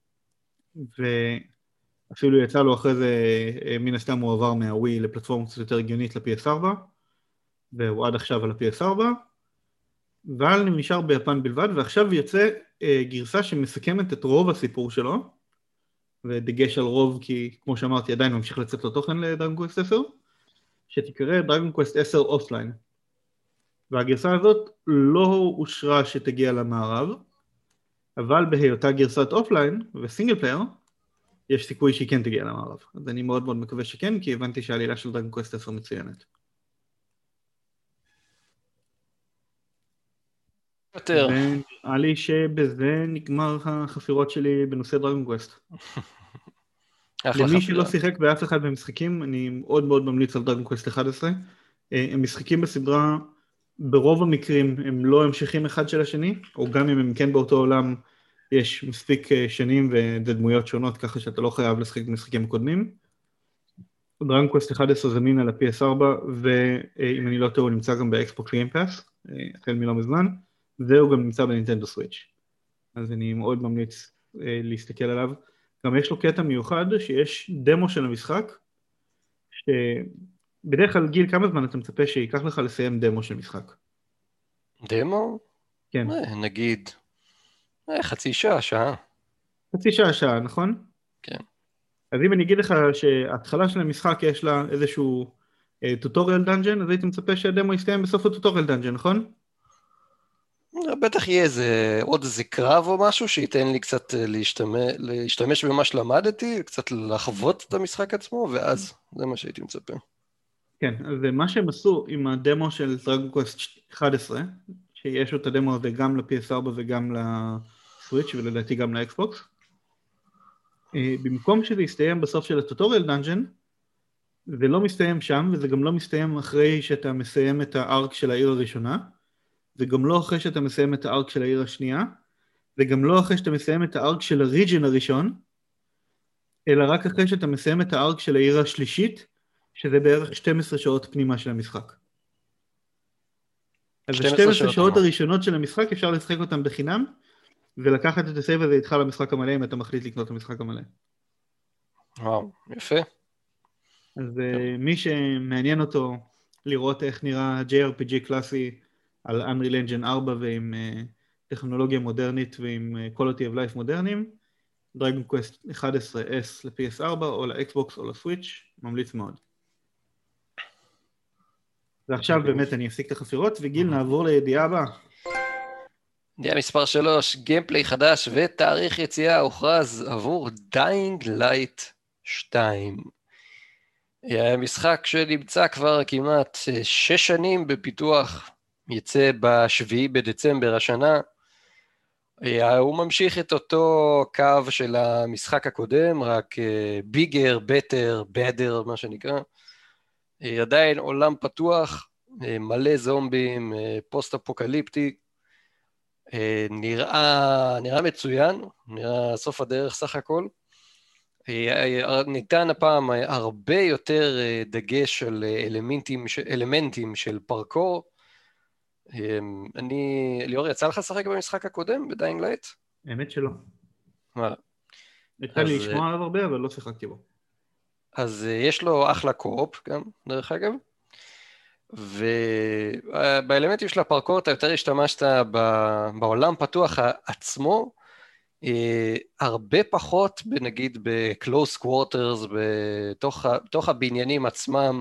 ואפילו יצא לו אחרי זה, מן הסתם הוא עבר מהווי לפלטפורמה קצת יותר הגיונית ל-פי אס ארבע, והוא עד עכשיו על ה-פי אס ארבע, אבל נשאר ביפן בלבד, ועכשיו יוצא גרסה שמסכמת את רוב הסיפור שלו, ודגש על רוב כי כמו שאמרתי עדיין ממשיך לצאת לו תוכן לדרגון קווסט עשר, שתקרא דרגון קווסט עשר אופליין. והגרסה הזאת לא אושרה שתגיע למערב, אבל בהיותה גרסת אופליין וסינגל פלייר, יש סיכוי שהיא כן תגיע למערב. אז אני מאוד מאוד מקווה שכן, כי הבנתי שהעלילה של דרגון קווסט עשר מצוינת. יותר. ונראה לי שבזה נגמר החפירות שלי בנושא דרגון קווסט. למי שלא שיחק באף אחד במשחקים, אני מאוד מאוד ממליץ על דרגון קווסט אחת עשרה. הם משחקים בסדרה, ברוב המקרים הם לא המשכים אחד של השני, או גם אם הם כן באותו עולם, יש מספיק שנים ודמויות שונות, ככה שאתה לא חייב לשחק במשחקים הקודמים. דרגון קווסט אחת עשרה זמין על ה-פי אס ארבע, ואם אני לא טועה, הוא נמצא גם באקסבוקס גיים פאס, החל מלא מזמן, והוא גם נמצא בנינטנדו סוויץ'. אז אני מאוד ממליץ להסתכל עליו. גם יש לו קטע מיוחד שיש דמו של המשחק, שבדרך כלל גיל כמה זמן אתה מצפה שיקח לך לסיים דמו של משחק? דמו? כן. נגיד חצי שעה, שעה. חצי שעה, שעה, נכון? כן. אז אם אני אגיד לך שההתחלה של המשחק יש לה איזשהו טוטוריאל דנג'ן, אז הייתי מצפה שהדמו יסתיים בסוף הטוטוריאל דנג'ן, נכון? בטח יהיה איזה, עוד איזה קרב או משהו שייתן לי קצת להשתמש, להשתמש במה שלמדתי, קצת לחוות את המשחק עצמו, ואז זה מה שהייתי מצפה. כן, אז מה שהם עשו עם הדמו של דרגון קווסט אחת עשרה, שיש את הדמו הזה גם ל-פי אס ארבע וגם לסוויץ' ולדעתי גם לאקסבוקס, במקום שזה יסתיים בסוף של הטוטוריאל דנג'ן, זה לא מסתיים שם, וזה גם לא מסתיים אחרי שאתה מסיים את הארק של העיר הראשונה, זה גם לא אחרי שאתה מסיים את הארק של העיר השנייה, וגם לא אחרי שאתה מסיים את הארק של הריג'ן הראשון, אלא רק אחרי שאתה מסיים את הארק של העיר השלישית, שזה בערך שתים עשרה שעות פנימה של המשחק. אז שתים עשרה ה-שתים עשרה שעות שעות פנימה. הראשונות של המשחק אפשר לשחק אותם בחינם, ולקחת את הסייב הזה איתך למשחק המלא אם אתה מחליט לקנות את המשחק המלא. וואו, יפה. אז uh, מי שמעניין אותו לראות איך נראה ג'יי אר פי ג'י קלאסי על Unreal Engine ארבע ועם uh, טכנולוגיה מודרנית ועם uh, quality of life מודרניים, דרגון קווסט אחת עשרה אס ל-פי אס ארבע או לאקסבוקס או לסוויץ', ממליץ מאוד. ועכשיו באמת אני אפסיק את החפירות, וגיל נעבור לידיעה הבאה. ידיעה מספר שלוש, גיימפליי חדש ותאריך יציאה הוכרז עבור Dying Light שתיים. המשחק שנמצא כבר כמעט שש שנים בפיתוח, יצא בשביעי בדצמבר השנה. הוא ממשיך את אותו קו של המשחק הקודם, רק ביגר, בטר, בדר, מה שנקרא. עדיין עולם פתוח, מלא זומבים, פוסט-אפוקליפטי. נראה, נראה מצוין, נראה סוף הדרך סך הכל. ניתן הפעם הרבה יותר דגש על אלמנטים, אלמנטים של פרקור. אני, ליאור, יצא לך לשחק במשחק הקודם, בדיינג לייט? האמת שלא. וואלה. יצא לי לשמוע עליו הרבה, אבל לא שיחקתי בו. אז יש לו אחלה קו-אופ גם, דרך אגב. ובאלמנטים של הפרקור אתה יותר השתמשת בעולם פתוח עצמו, הרבה פחות, נגיד ב-close quarters, בתוך, בתוך הבניינים עצמם.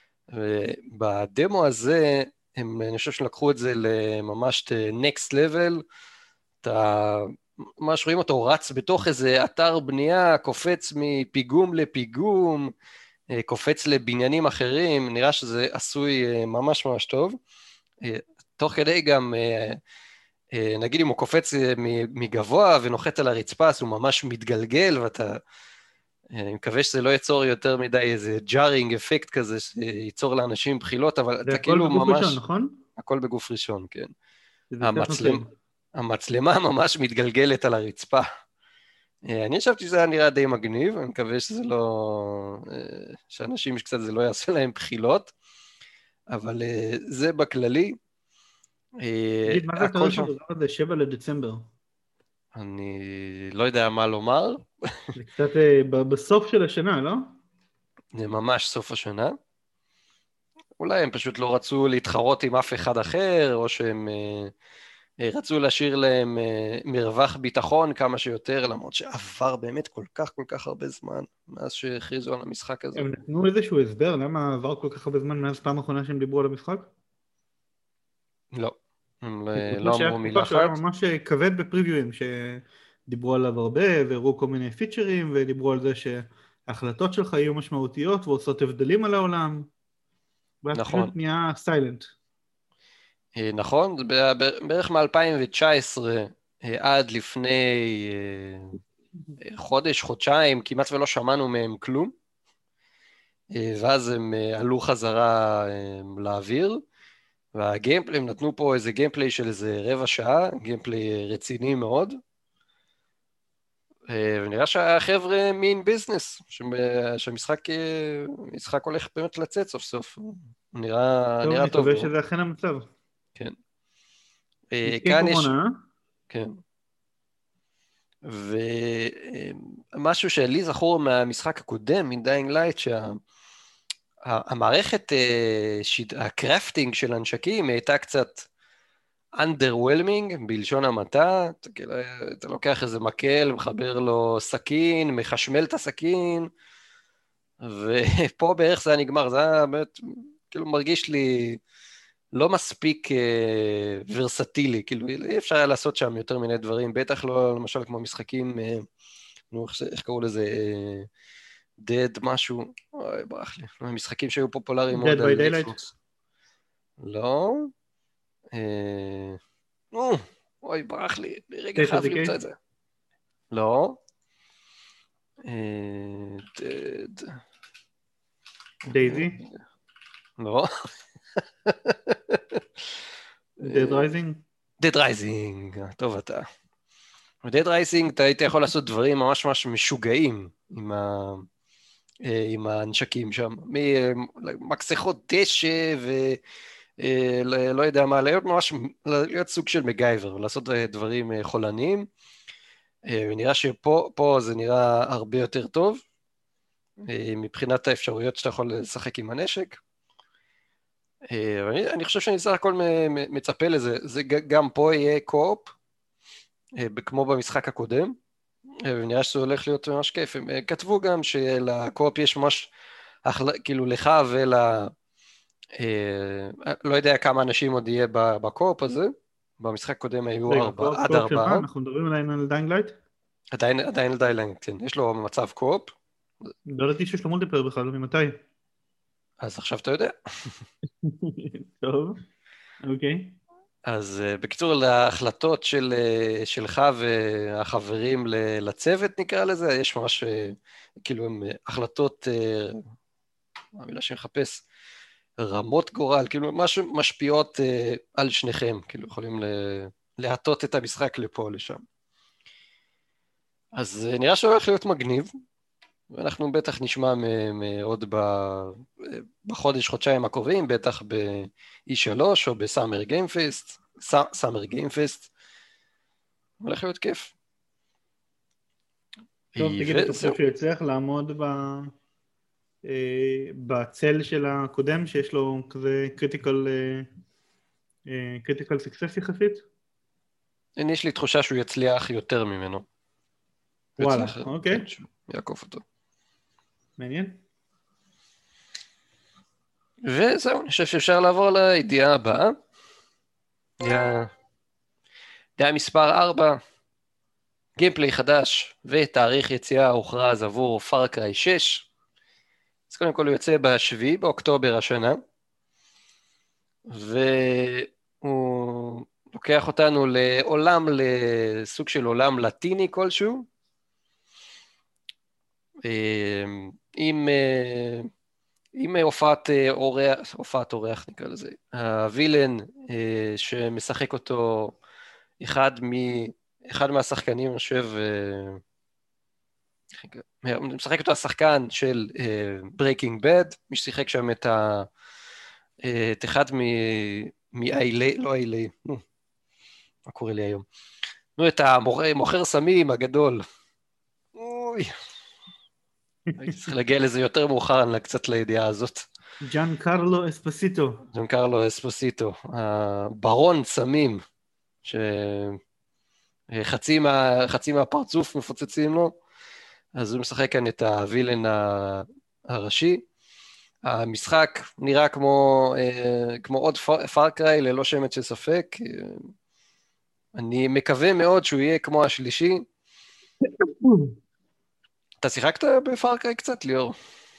בדמו הזה, הם, אני חושב שלקחו את זה לממש next level, אתה ממש רואים אותו רץ בתוך איזה אתר בנייה, קופץ מפיגום לפיגום, קופץ לבניינים אחרים, נראה שזה עשוי ממש ממש טוב. תוך כדי גם, נגיד אם הוא קופץ מגבוה ונוחת על הרצפה, אז הוא ממש מתגלגל, ואתה, אני מקווה שזה לא ייצור יותר מדי איזה ג'ארינג אפקט כזה, שייצור לאנשים בחילות, אבל אתה כאילו ממש... זה הכל בגוף ראשון, נכון? הכל בגוף ראשון, כן. המצלמה, המצלמה ממש מתגלגלת על הרצפה. אני חשבתי שזה היה נראה די מגניב, אני מקווה שזה לא... שאנשים שקצת זה לא יעשה להם בחילות, אבל זה בכללי. תגיד, מה זה התאריך של הדבר הזה? שבעה לדצמבר. אני לא יודע מה לומר. זה קצת בסוף של השנה, לא? זה ממש סוף השנה. אולי הם פשוט לא רצו להתחרות עם אף אחד אחר, או שהם רצו להשאיר להם מרווח ביטחון כמה שיותר, למרות שעבר באמת כל כך כל כך הרבה זמן, מאז שהכריזו על המשחק הזה. הם נתנו איזשהו הסבר, למה עבר כל כך הרבה זמן מאז פעם האחרונה שהם דיברו על המשחק? לא, הם לא אמרו מילה אחת. שהוא היה ממש כבד בפריוויואים, שדיברו עליו הרבה, והראו כל מיני פיצ'רים, ודיברו על זה שההחלטות שלך יהיו משמעותיות, ועושות הבדלים על העולם. נכון. ואז נהיה סיילנט. נכון, בערך מ-אלפיים תשע עשרה עד לפני חודש, חודשיים, כמעט ולא שמענו מהם כלום, ואז הם עלו חזרה לאוויר, והגיימפליי, הם נתנו פה איזה גיימפליי של איזה רבע שעה, גיימפליי רציני מאוד, ונראה שהחבר'ה מין ביזנס, שהמשחק משחק הולך באמת לצאת סוף סוף, נראה, נראה טוב. טוב, אני מקווה שזה אכן המצב. כן. כאן יש... כן. ומשהו שלי זכור מהמשחק הקודם, מדיינג לייט, שהמערכת, הקרפטינג של הנשקים הייתה קצת underwhelming, בלשון המעטה. אתה לוקח איזה מקל, מחבר לו סכין, מחשמל את הסכין, ופה בערך זה נגמר. זה היה באמת, כאילו מרגיש לי לא מספיק ורסטילי, כאילו אי אפשר היה לעשות שם יותר מיני דברים, בטח לא למשל כמו משחקים, נו, איך קראו לזה, Dead משהו, אוי, ברח לי, משחקים שהיו פופולריים מאוד על אקסבוקס. לא, נו, אוי, ברח לי, רגע חייב למצוא את זה. לא, Dead, דייזי? לא. Dead Rising? Dead Rising, טוב אתה. ב-Dead Rising אתה היית יכול לעשות דברים ממש ממש משוגעים עם ה... עם הנשקים שם, ממקסחות דשא ולא יודע מה, להיות ממש, להיות סוג של מגייבר, ולעשות דברים חולניים, ונראה שפה פה זה נראה הרבה יותר טוב, מבחינת האפשרויות שאתה יכול לשחק עם הנשק, ואני, אני חושב שאני סך הכל מצפה לזה, זה גם פה יהיה קו-אופ, כמו במשחק הקודם, ונראה שזה הולך להיות ממש כיף. הם כתבו גם שלקו-אופ יש ממש, כאילו לך ול... לא יודע כמה אנשים עוד יהיה בקו-אופ הזה, במשחק הקודם היו ארבע, עד ארבעה. אנחנו מדברים עדיין על דיינג לייט? עדיין, עדיין על דיינג לייט, כן. יש לו מצב קו-אופ. לא ידעתי שיש לו מולטיפלייר בכלל, ממתי? אז עכשיו אתה יודע. טוב, אוקיי. אז בקיצור, להחלטות של, שלך והחברים לצוות נקרא לזה, יש ממש כאילו הם החלטות, המילה שמחפש, רמות גורל, כאילו ממש משפיעות על שניכם, כאילו יכולים להטות את המשחק לפה או לשם. אז נראה שהולך להיות מגניב, ואנחנו בטח נשמע עוד בחודש, חודשיים הקרובים, בטח ב-אי שלוש או בסאמר גיימפסט, סאמר גיימפסט, הולך להיות כיף. טוב, תגיד, אתה חושב שהוא יצליח לעמוד בצל של הקודם, שיש לו כזה קריטיקל, קריטיקל סקסס יחסית? יש לי תחושה שהוא יצליח יותר ממנו. וואלה, אוקיי. יעקוף אותו. מעניין. וזהו, אני חושב שאפשר לעבור לידיעה הבאה. ידיעה מספר ארבע, גיימפליי חדש ותאריך יציאה הוכרז עבור פאר קריי שש. אז קודם כל הוא יוצא בשביעי באוקטובר השנה, והוא לוקח אותנו לעולם, לסוג של עולם לטיני כלשהו, עם, עם הופעת אורח, הופעת אורח נקרא לזה, הווילן שמשחק אותו אחד, מ, אחד מהשחקנים, אני חושב, משחק אותו השחקן של Breaking Bad, מי ששיחק שם את, ה, את אחד מאיילי, לא איילי, נו, מה קורה לי היום? נו, את המוכר סמים הגדול. אוי. הייתי צריך להגיע לזה יותר מאוחר, קצת לידיעה הזאת. ג'אן קרלו אספוסיטו. ג'אן קרלו אספוסיטו, הברון סמים, שחצי מה, חצי מהפרצוף מפוצצים לו, אז הוא משחק כאן את הווילן הראשי. המשחק נראה כמו, כמו עוד פאר קריי, ללא שמץ של ספק. אני מקווה מאוד שהוא יהיה כמו השלישי. אתה שיחקת בפאר קריי קצת, ליאור?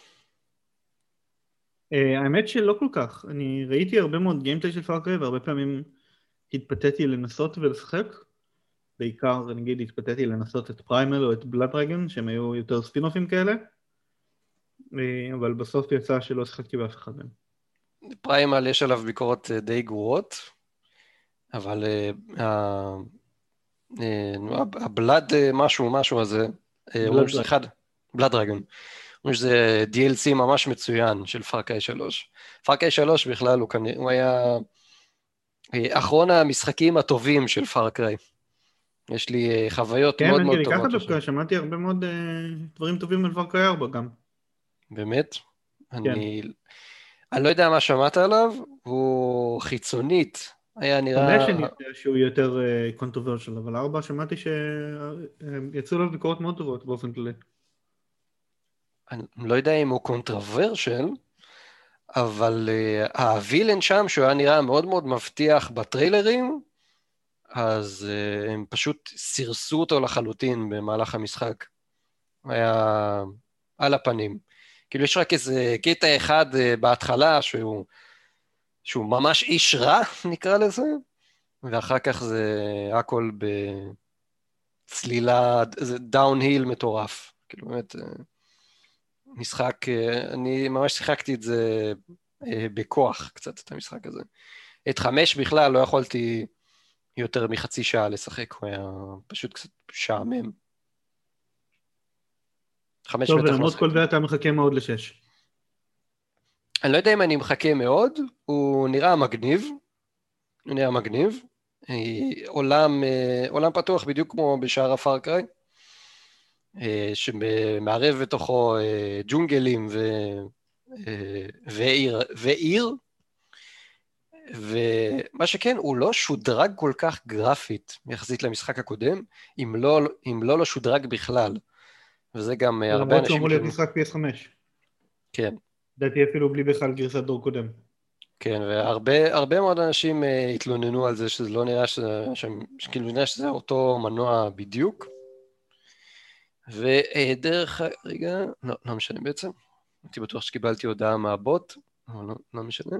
האמת שלא כל כך. אני ראיתי הרבה מאוד גיימפליי של פאר קריי, והרבה פעמים התפתיתי לנסות ולשחק. בעיקר, נגיד, התפתיתי לנסות את פריימל או את בלאד דרגון, שהם היו יותר ספינופים כאלה. אבל בסוף יצא שלא שחקתי באף אחד מהם. פריימל יש עליו ביקורות די גרועות, אבל הבלאד משהו משהו הזה, בלאד דרגון, אומרים שזה די אל סי ממש מצוין של פאר קריי שלוש. פאר קריי שלוש בכלל הוא, הוא היה אחרון המשחקים הטובים של פאר קריי. יש לי חוויות כן, מאוד מאוד אני טובות. ככה דווקא שמעתי הרבה מאוד דברים טובים על פאר קריי ארבע גם. באמת? אני... אני לא יודע מה שמעת עליו, הוא חיצונית, היה נראה... חמש אני יודע שהוא יותר קונטרוברשל, אבל ארבע שמעתי שיצאו לו ביקורות מאוד טובות באופן כללי. אני לא יודע אם הוא קונטרוברשל, אבל הווילן שם, שהוא היה נראה מאוד מאוד מבטיח בטריילרים, אז הם פשוט סירסו אותו לחלוטין במהלך המשחק. היה על הפנים. כאילו יש רק איזה קטע אחד בהתחלה שהוא, שהוא ממש איש רע, נקרא לזה, ואחר כך זה הכל בצלילה, זה דאון-היל מטורף. כאילו באמת, משחק, אני ממש שיחקתי את זה בכוח קצת, את המשחק הזה. את חמש בכלל לא יכולתי יותר מחצי שעה לשחק, הוא היה פשוט קצת שעמם. חמש טוב, בטח לא ולמרות כל שחקתי. זה אתה מחכה מאוד לשש. אני לא יודע אם אני מחכה מאוד, הוא נראה מגניב, הוא נראה מגניב, עולם, עולם פתוח בדיוק כמו בשער הפארקריי, שמערב בתוכו ג'ונגלים ו... ועיר, ועיר, ומה שכן, הוא לא שודרג כל כך גרפית יחסית למשחק הקודם, אם לא, אם לא לא שודרג בכלל, וזה גם הרבה למרות שהוא אנשים... אמור להיות משחק פי אס חמש. כן. לדעתי אפילו בלי בכלל גרסת דור קודם. כן, והרבה הרבה מאוד אנשים uh, התלוננו על זה שזה לא נראה שזה, שכאילו נראה שזה אותו מנוע בדיוק. ודרך, רגע, לא, לא משנה בעצם. הייתי בטוח שקיבלתי הודעה מהבוט, אבל לא, לא משנה.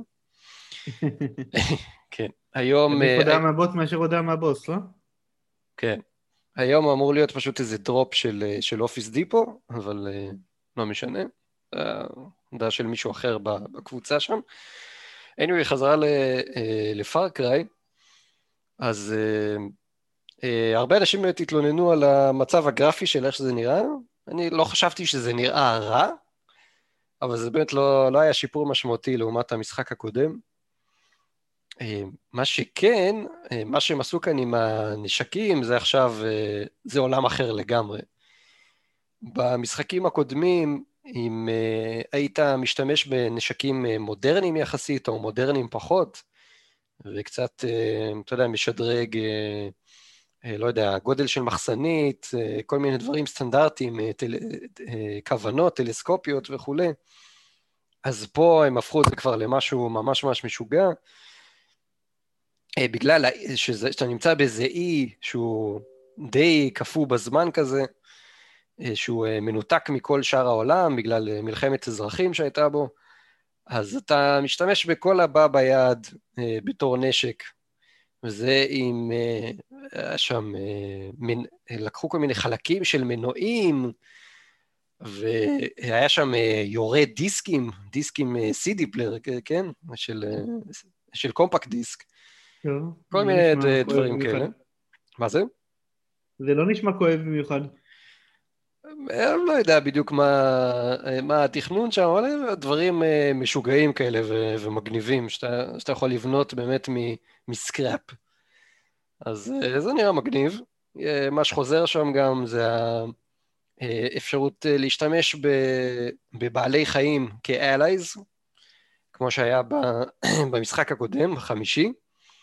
כן, היום... עדיף הודעה uh, מהבוט מאשר הודעה מהבוס, לא? כן, היום אמור להיות פשוט איזה דרופ של, של אופיס דיפו, אבל uh, לא משנה. הודעה של מישהו אחר בקבוצה שם. anyway, חזרה לפארקריי, אז uh, uh, הרבה אנשים באמת התלוננו על המצב הגרפי של איך שזה נראה, אני לא חשבתי שזה נראה רע, אבל זה באמת לא, לא היה שיפור משמעותי לעומת המשחק הקודם. Uh, מה שכן, uh, מה שהם עשו כאן עם הנשקים, זה עכשיו, uh, זה עולם אחר לגמרי. במשחקים הקודמים, אם uh, היית משתמש בנשקים uh, מודרניים יחסית, או מודרניים פחות, וקצת, אתה יודע, משדרג, לא יודע, גודל של מחסנית, כל מיני דברים סטנדרטיים, כוונות, טלסקופיות וכו'. אז פה הם הפכו את זה כבר למשהו ממש ממש משוגע, בגלל שזה, שאתה נמצא באיזה אי שהוא די קפוא בזמן כזה, שהוא מנותק מכל שאר העולם, בגלל מלחמת אזרחים שהייתה בו, אז אתה משתמש בכל הבא ביד אה, בתור נשק, וזה עם, אה, שם, אה, מנ... לקחו כל מיני חלקים של מנועים, והיה שם אה, יורה דיסקים, דיסקים אה, סי די פלייר, כן? של, אה, של קומפקט דיסק, כל מיני ד... דברים כאלה. מה זה? זה לא נשמע כואב במיוחד. אני לא יודע בדיוק מה, מה התכנון שם, אבל דברים משוגעים כאלה ו, ומגניבים, שאתה, שאתה יכול לבנות באמת מסקראפ. אז זה נראה מגניב. מה שחוזר שם גם זה האפשרות להשתמש בבעלי חיים כ-allies, כמו שהיה במשחק הקודם, החמישי.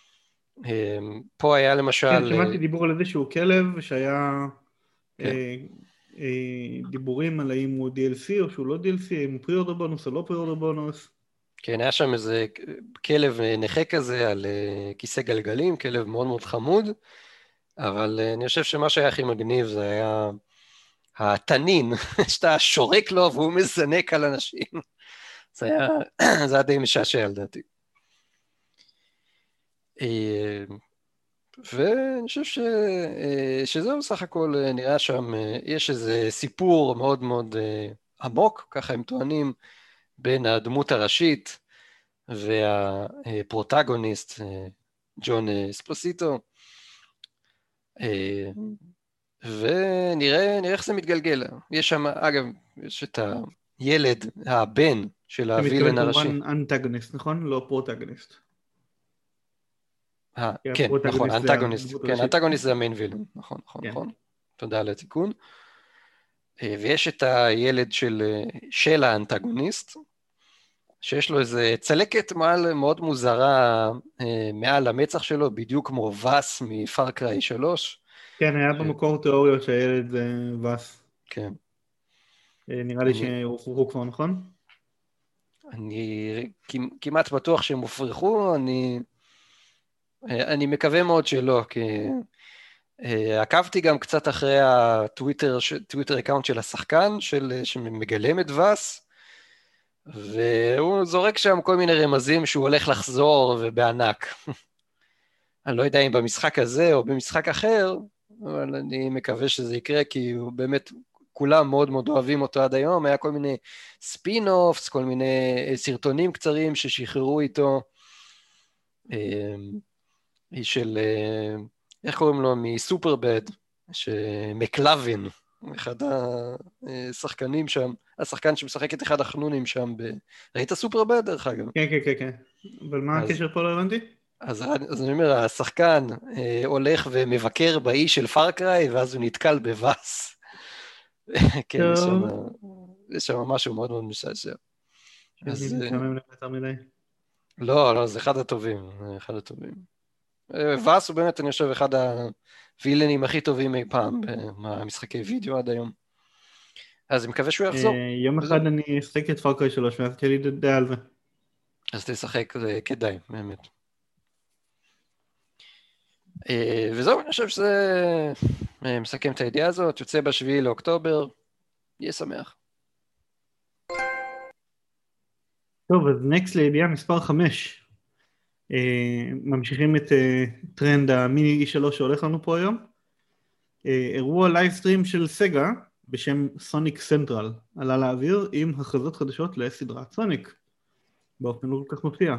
פה היה למשל... כן, שמעתי דיבור על איזשהו כלב שהיה... כן. דיבורים על האם הוא די אל סי או שהוא לא די אל סי, אם הוא פרי-אורדר בונוס או לא פרי-אורדר בונוס. כן, היה שם איזה כלב נכה כזה על כיסא גלגלים, כלב מאוד מאוד חמוד, אבל אני חושב שמה שהיה הכי מגניב זה היה התנין, שאתה שורק לו והוא מזנק על אנשים. זה היה, זה היה די משעשע לדעתי. ואני חושב ש... שזהו סך הכל נראה שם, יש איזה סיפור מאוד מאוד עמוק, ככה הם טוענים, בין הדמות הראשית והפרוטגוניסט, ג'ון אספוסיטו, ונראה איך זה מתגלגל. יש שם, אגב, יש את הילד, הבן של הווילן הראשי. אתה מתכוון כמובן אנטגוניסט, נכון? לא פרוטגוניסט. כן, נכון, אנטגוניסט, כן, אנטגוניסט זה המיין וילן, נכון, נכון, נכון, תודה על התיקון. ויש את הילד של האנטגוניסט, שיש לו איזה צלקת מאוד מוזרה מעל המצח שלו, בדיוק כמו וס מפארקריי שלוש. כן, היה במקור תיאוריות שהילד זה וס. כן. נראה לי שהופרכו כבר, נכון? אני כמעט בטוח שהם הופרכו, אני... אני מקווה מאוד שלא, כי עקבתי גם קצת אחרי הטוויטר, טוויטר אקאונט של השחקן, של, שמגלם את וס, והוא זורק שם כל מיני רמזים שהוא הולך לחזור ובענק. אני לא יודע אם במשחק הזה או במשחק אחר, אבל אני מקווה שזה יקרה, כי הוא באמת כולם מאוד מאוד אוהבים אותו עד היום, היה כל מיני ספין-אופס, כל מיני סרטונים קצרים ששחררו איתו, של, איך קוראים לו, מסופרבד, שמקלווין, אחד השחקנים שם, השחקן שמשחק את אחד החנונים שם, ב... ראית סופרבד דרך אגב? כן, כן, כן, כן. אבל מה אז... הקשר פה לא הבנתי? אז, אז אני אומר, השחקן אה, הולך ומבקר באי של פארקריי, ואז הוא נתקל בבאס. כן, יש שם, יש שם משהו מאוד מאוד משעשע. אז... משעמם להם יותר מדי. לא, לא, זה אחד הטובים, אחד הטובים. ואס הוא באמת, אני חושב, אחד הווילנים הכי טובים אי פעם במשחקי וידאו עד היום. אז אני מקווה שהוא יחזור. יום אחד אני אשחק את פארקריי שלוש, ואז תהיה לי דעה על זה. אז תשחק, זה כדאי, באמת. וזהו, אני חושב שזה מסכם את הידיעה הזאת, יוצא בשביעי לאוקטובר, יהיה שמח. טוב, אז נקסט לידיעה מספר חמש. ממשיכים את טרנד המיני אי שלוש שהולך לנו פה היום. אירוע לייבסטרים של סגה בשם סוניק סנטרל עלה לאוויר עם הכרזות חדשות לסדרת סוניק, באופן לא כל כך מפתיע.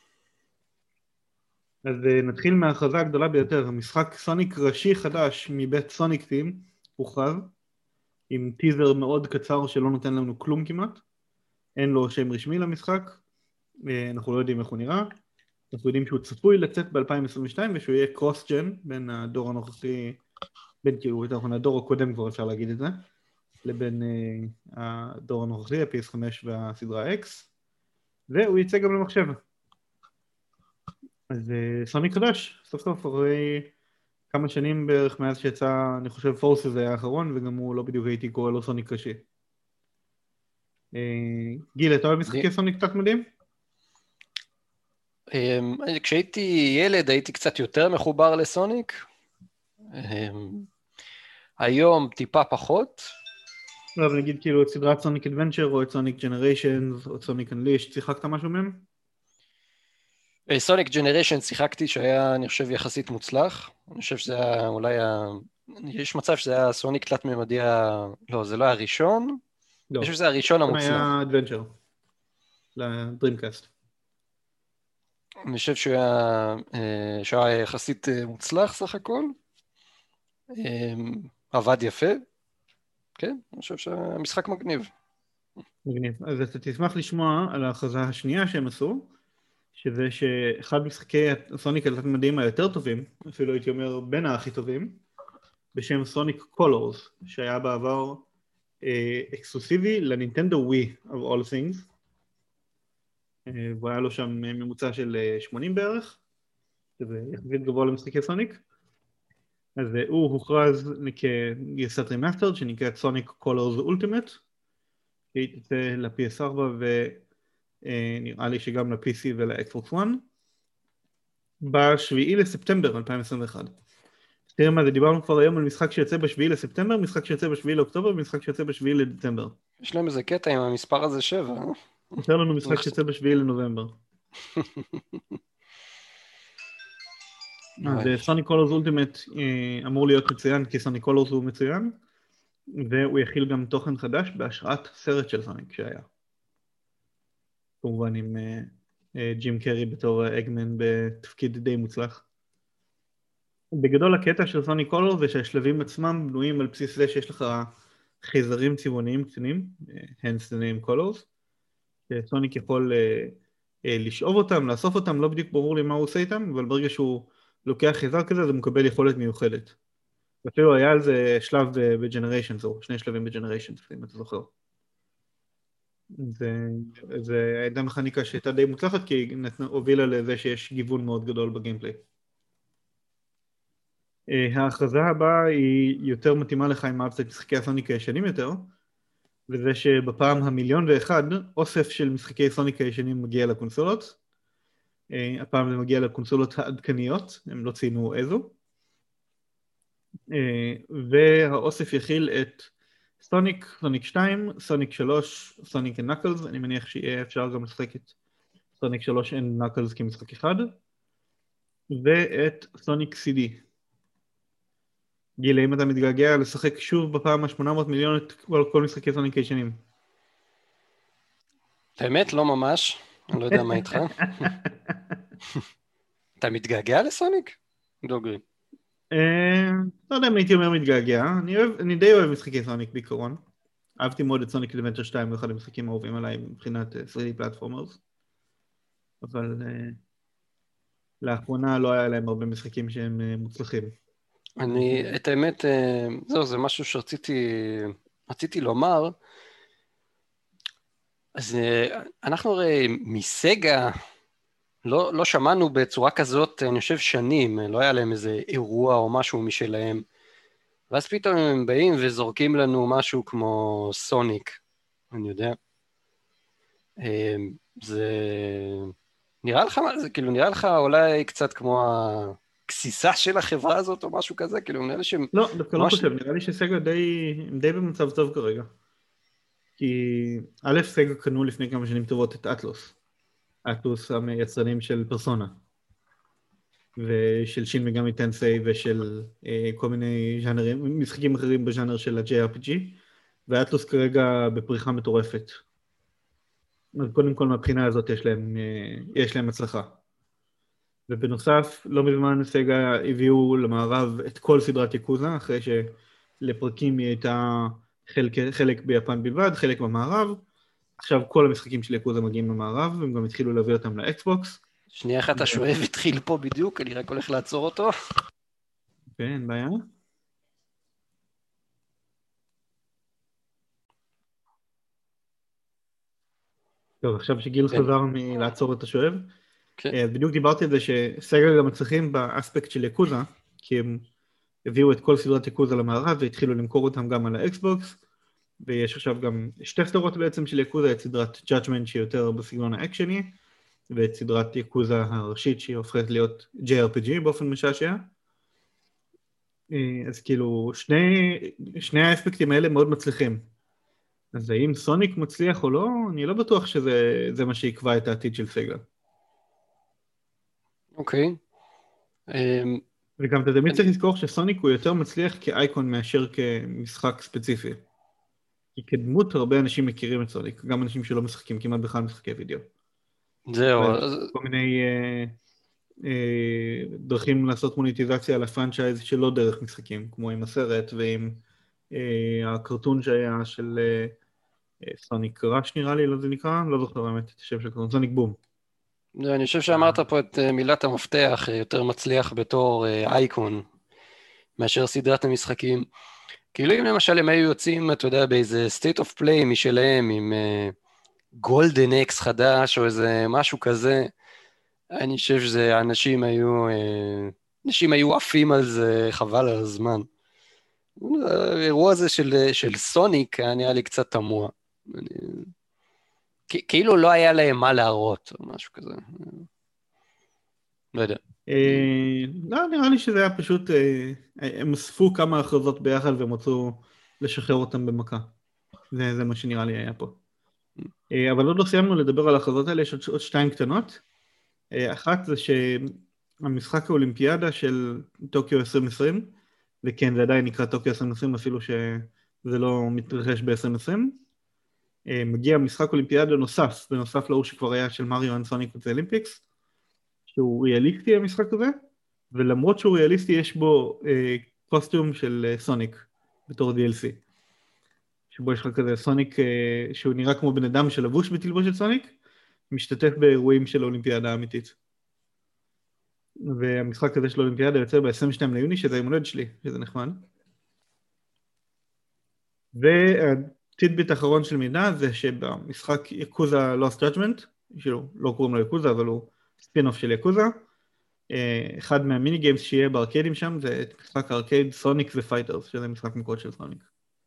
אז נתחיל מההכרזה הגדולה ביותר. המשחק סוניק ראשי חדש מבית סוניק טים הוכרז, עם טיזר מאוד קצר שלא נותן לנו כלום כמעט. אין לו שם רשמי למשחק, אנחנו לא יודעים איך הוא נראה. אנחנו יודעים שהוא צפוי לצאת ב-אלפיים עשרים ושתיים ושהוא יהיה קרוס ג'ן בין הדור הנוכחי, בין כאילו יותר נכון הדור הקודם כבר אפשר להגיד את זה, לבין uh, הדור הנוכחי, ה-פי אס חמש והסדרה X, והוא יצא גם למחשב. אז uh, סוניק חדש, סוף סוף אחרי כמה שנים בערך מאז שיצא, אני חושב פורס הזה היה האחרון, וגם הוא לא בדיוק הייתי קורא לו סוניק ראשי. Uh, גיל, אתה אוהב משחקי סוניק קצת מדהים? כשהייתי ילד הייתי קצת יותר מחובר לסוניק, היום טיפה פחות. לא, אבל נגיד כאילו את סדרת סוניק אדוונצ'ר או את סוניק ג'נריישנס או את סוניק אנלישט, שיחקת משהו מהם? סוניק ג'נריישן שיחקתי שהיה אני חושב יחסית מוצלח, אני חושב שזה היה אולי, ה... יש מצב שזה היה סוניק תלת ממדי, ה... לא זה לא היה הראשון, לא. אני חושב שזה הראשון המוצלח. זה היה אדוונצ'ר, לדרימקאסט. אני חושב שהוא היה, שהוא היה יחסית מוצלח סך הכל, עבד יפה, כן, אני חושב שהמשחק מגניב. מגניב, אז אתה תשמח לשמוע על ההכרזה השנייה שהם עשו, שזה שאחד משחקי הסוניק התלת-ממדיים היותר טובים, אפילו הייתי אומר בין הכי טובים, בשם סוניק קולורס, שהיה בעבר אה, אקסקלוסיבי לנינטנדו ווי of all things, והוא היה לו שם ממוצע של שמונים בערך, שזה יחסית גבוה למשחקי סוניק. אז הוא הוכרז כגרסת רימאסטרד שנקראת סוניק קולורס אולטימט, שהיא תצא ל-פי אס ארבע ונראה לי שגם ל-פי סי ול-Xbox One בשביעי לספטמבר אלפיים עשרים ואחת. תראה מה זה, דיברנו כבר היום על משחק שיוצא בשביעי לספטמבר, משחק שיוצא בשביעי לאוקטובר ומשחק שיוצא בשביעי לדצמבר. יש להם איזה קטע עם המספר הזה שבע, אה? יותר לנו משחק שיוצא בשביעי לנובמבר. אז סוניק קולורס אולטימט אמור להיות מצוין, כי סוניק קולורס הוא מצוין, והוא יכיל גם תוכן חדש בהשראת סרט של סוניק שהיה. כמובן עם ג'ים קרי בתור אגמן בתפקיד די מוצלח. בגדול הקטע של סוניק קולורס זה שהשלבים עצמם בנויים על בסיס זה שיש לך חייזרים צבעוניים קטנים, hence the name colors, שסוניק יכול לשאוב אותם, לאסוף אותם, לא בדיוק ברור לי מה הוא עושה איתם, אבל ברגע שהוא לוקח חייזר כזה, זה מקבל יכולת מיוחדת. ואפילו היה על זה שלב בג'נריישנס, או שני שלבים בג'נריישנס, אם אתה זוכר. זה, זה הייתה מכניקה שהייתה די מוצלחת, כי היא הובילה לזה שיש גיוון מאוד גדול בגיימפליי. ההכרזה הבאה היא יותר מתאימה לך אם אהבת את משחקי הסוניק הישנים יותר, וזה שבפעם המיליון ואחד אוסף של משחקי סוניק הישנים מגיע לקונסולות. הפעם זה מגיע לקונסולות העדכניות, הם לא ציינו איזו. והאוסף יכיל את סוניק, סוניק שתיים, סוניק שלוש, סוניק אנד נאקלס, אני מניח שיהיה אפשר גם לשחק את סוניק שלוש אנד נאקלס כמשחק אחד, ואת סוניק סי די. גיל, האם אתה מתגעגע לשחק שוב בפעם ה-שמונה מאות מיליון את כל, כל משחקי סוניק הישנים? באמת, לא ממש. אני לא יודע מה איתך. אתה מתגעגע לסוניק? דוגרי. אה, לא יודע אם הייתי אומר מתגעגע, אני, אוהב, אני די אוהב משחקי סוניק בעיקרון. אהבתי מאוד את סוניק אדוונצ'ר שתיים, הוא אחד המשחקים האהובים עליי מבחינת אה, תרי די פלטפורמרס, אבל אה, לאחרונה לא היה להם הרבה משחקים שהם אה, מוצלחים. אני, את האמת, אה, זהו, זה משהו שרציתי רציתי לומר. אז אה, אנחנו הרי מסגה לא, לא שמענו בצורה כזאת, אני חושב, שנים, לא היה להם איזה אירוע או משהו משלהם. ואז פתאום הם באים וזורקים לנו משהו כמו סוניק, אני יודע. אה, זה נראה לך, מה- זה כאילו נראה לך אולי קצת כמו הגסיסה של החברה הזאת או משהו כזה, כאילו נראה לי שהם לא, דווקא לא ממש... חושב, נראה לי שסגה די, הם די במצב טוב כרגע. כי א', סגה קנו לפני כמה שנים טובות את אטלוס. אטלוס המייצרנים של פרסונה. ושל שין מגמי טנסי ושל אה, כל מיני ז'אנרים, משחקים אחרים בז'אנר של ה-ג'יי אר פי ג'י, ואטלוס כרגע בפריחה מטורפת. אז קודם כל מהבחינה הזאת יש להם, אה, יש להם הצלחה. ובנוסף, לא מזמן סגה הביאו למערב את כל סדרת יקוזה, אחרי שלפרקים היא הייתה חלק, חלק ביפן בלבד, חלק במערב. עכשיו כל המשחקים של יקוזה מגיעים למערב, והם גם התחילו להביא אותם לאקסבוקס. שנייה אחת השואב התחיל פה בדיוק, אני רק הולך לעצור אותו. כן, אין בעיה. טוב, עכשיו שגיל כן, חזר מלעצור את השואב, כן. אז בדיוק דיברתי על זה שסגה גם מצליחים באספקט של יקוזה, כי הם הביאו את כל סדרת יקוזה למערב והתחילו למכור אותם גם על האקסבוקס, ויש עכשיו גם שתי סדרות בעצם של יקוזה, את סדרת Judgment שהיא יותר בסגנון האקשני, ואת סדרת יקוזה הראשית שהיא הופכת להיות ג'יי אר פי ג'י באופן משעשע. אז כאילו שני, שני האספקטים האלה מאוד מצליחים. אז האם סוניק מצליח או לא, אני לא בטוח שזה זה מה שיקבע את העתיד של סגה. אוקיי. אמ, וגם אתה תמיד אני- צריך לזכור שסוניק הוא יותר מצליח כאייקון מאשר כמשחק ספציפי. כי כדמות הרבה אנשים מכירים את סוניק, גם אנשים שלא משחקים כמעט בכלל משחקי וידאו. זהו, ויש אז- כל מיני אה, אה, דרכים לעשות מוניטיזציה על הפרנצ'ייז שלא דרך משחקים, כמו עם הסרט ועם אה, הקרטון שהיה של אה, אה, סוניק ראש נראה לי, לא זה נקרא? לא זוכר באמת את השם של הקרטון, סוניק בום. זה, אני חושב שאמרת פה את אה, מילת המפתח, אה, יותר מצליח בתור אה, אייקון, מאשר סדרת המשחקים. כאילו אם למשל הם היו יוצאים, אתה יודע, באיזה state of play משלהם, עם גולדן uh, אקס חדש, או איזה משהו כזה, אני חושב שזה, אנשים היו, uh, אנשים היו עפים על זה, חבל על הזמן. האירוע הזה של, של סוניק היה נראה לי קצת תמוה. אני, כ- כאילו לא היה להם מה להראות, או משהו כזה. לא יודע. אה, לא, נראה לי שזה היה פשוט, אה, הם אספו כמה הכרזות ביחד והם רצו לשחרר אותם במכה. זה, זה מה שנראה לי היה פה. אה, אבל עוד לא סיימנו לדבר על ההכרזות האלה, יש עוד, עוד שתיים קטנות. אה, אחת זה שהמשחק האולימפיאדה של טוקיו עשרים עשרים, וכן זה עדיין נקרא טוקיו עשרים עשרים אפילו שזה לא מתרחש ב-עשרים עשרים, אה, מגיע משחק אולימפיאדה נוסף, בנוסף להוא שכבר היה של מריו אנד סוניק ואולימפיקס, שהוא ריאליסטי המשחק הזה, ולמרות שהוא ריאליסטי יש בו אה, קוסטום של אה, סוניק בתור די אל סי, שבו יש לך כזה סוניק אה, שהוא נראה כמו בן אדם שלבוש בתלבוש של סוניק, משתתף באירועים של האולימפיאדה האמיתית. והמשחק הזה של האולימפיאדה יוצא ב-עשרים ושניים ליוני, שזה היום הולדת שלי, שזה נחמד. והטידביט האחרון של מידע זה שבמשחק יקוזה לוסט ג'אג'מנט, כאילו לא קוראים לו יקוזה אבל הוא ספין-אוף של יקוזה, אחד מהמיני גיימס שיהיה בארקיידים שם זה משחק הארקייד סוניק ופייטרס, שזה משחק מכות של סוניק.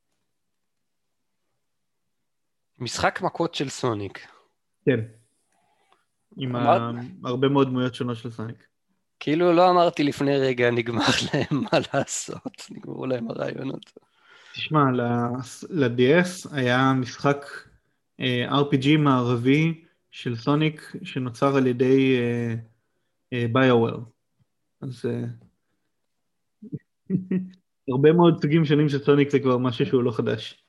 משחק מכות של סוניק. כן, עם אמרת, הרבה מאוד דמויות שונות של סוניק. כאילו לא אמרתי לפני רגע, נגמר להם מה לעשות, נגמרו להם הרעיונות. תשמע, ל-די אס היה משחק אר פי ג'י מערבי של סוניק שנוצר על ידי ביואוור. אז הרבה מאוד סוגים שונים של סוניק זה כבר משהו שהוא לא חדש.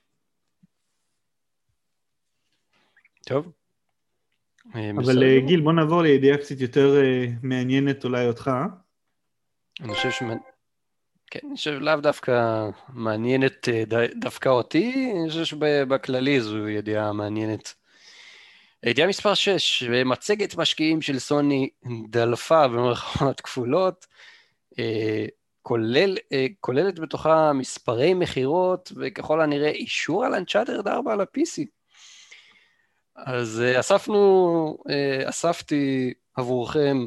טוב. אבל בסדר גיל, גמור. בוא נעבור לידיעה קצת יותר מעניינת אולי אותך. אני חושב שמעניין. כן, אני חושב לאו דווקא מעניינת דווקא אותי, אני חושב שבכללי זו ידיעה מעניינת. ידיעה מספר שש, מצגת משקיעים של סוני דלפה במרכאות כפולות, כולל, כוללת בתוכה מספרי מחירות וככל הנראה אישור על Uncharted ארבע על ה-פי סי. אז אספנו, אספתי עבורכם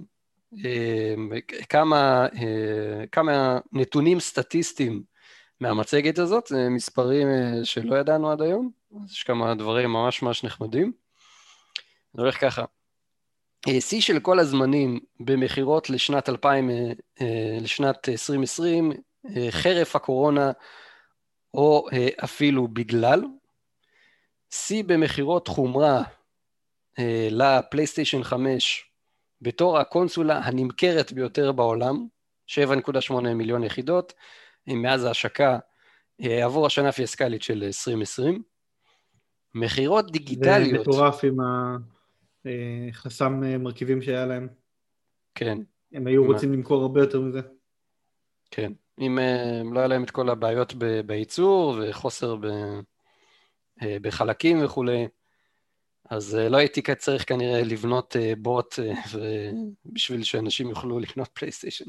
כמה, כמה נתונים סטטיסטיים מהמצגת הזאת, מספרים שלא ידענו עד היום, אז יש כמה דברים ממש ממש נחמדים. זה הולך ככה, שיא של כל הזמנים במחירות לשנת אלפיים, לשנת עשרים עשרים, חרף הקורונה או אפילו בגלל, שיא במחירות חומרה לפלייסטיישן חמש בתור הקונסולה הנמכרת ביותר בעולם, שבע נקודה שמונה מיליון יחידות, מאז ההשקה עבור השנה הפיסקלית של עשרים עשרים. מחירות דיגיטליות. זה מטורף עם החסם מרכיבים שהיה להם. כן. הם היו רוצים למכור הרבה יותר מזה. כן. אם לא היה להם את כל הבעיות בייצור וחוסר בחלקים וכולי, אז לא הייתי צריך כנראה לבנות בוט בשביל שאנשים יוכלו לקנות פלייסטיישן.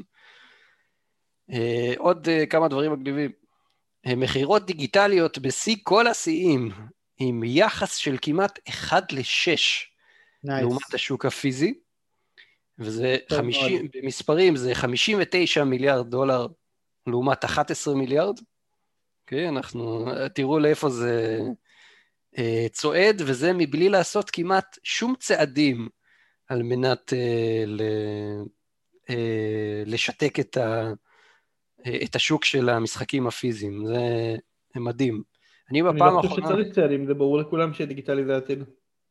עוד כמה דברים מגניבים. מחירות דיגיטליות בשיא כל השיאים, עם יחס של כמעט אחד לשש nice. לעומת השוק הפיזי, וזה חמישים, במספרים זה חמישים ותשע מיליארד דולר לעומת אחת עשרה מיליארד. אוקיי, אנחנו, תראו לאיפה זה צועד, וזה מבלי לעשות כמעט שום צעדים על מנת ל, לשתק את, ה, את השוק של המשחקים הפיזיים. זה מדהים. אני בפעם האחרונה... אני לא חושב שצריך צעדים, זה ברור לכולם שדיגיטלי זה עתיד.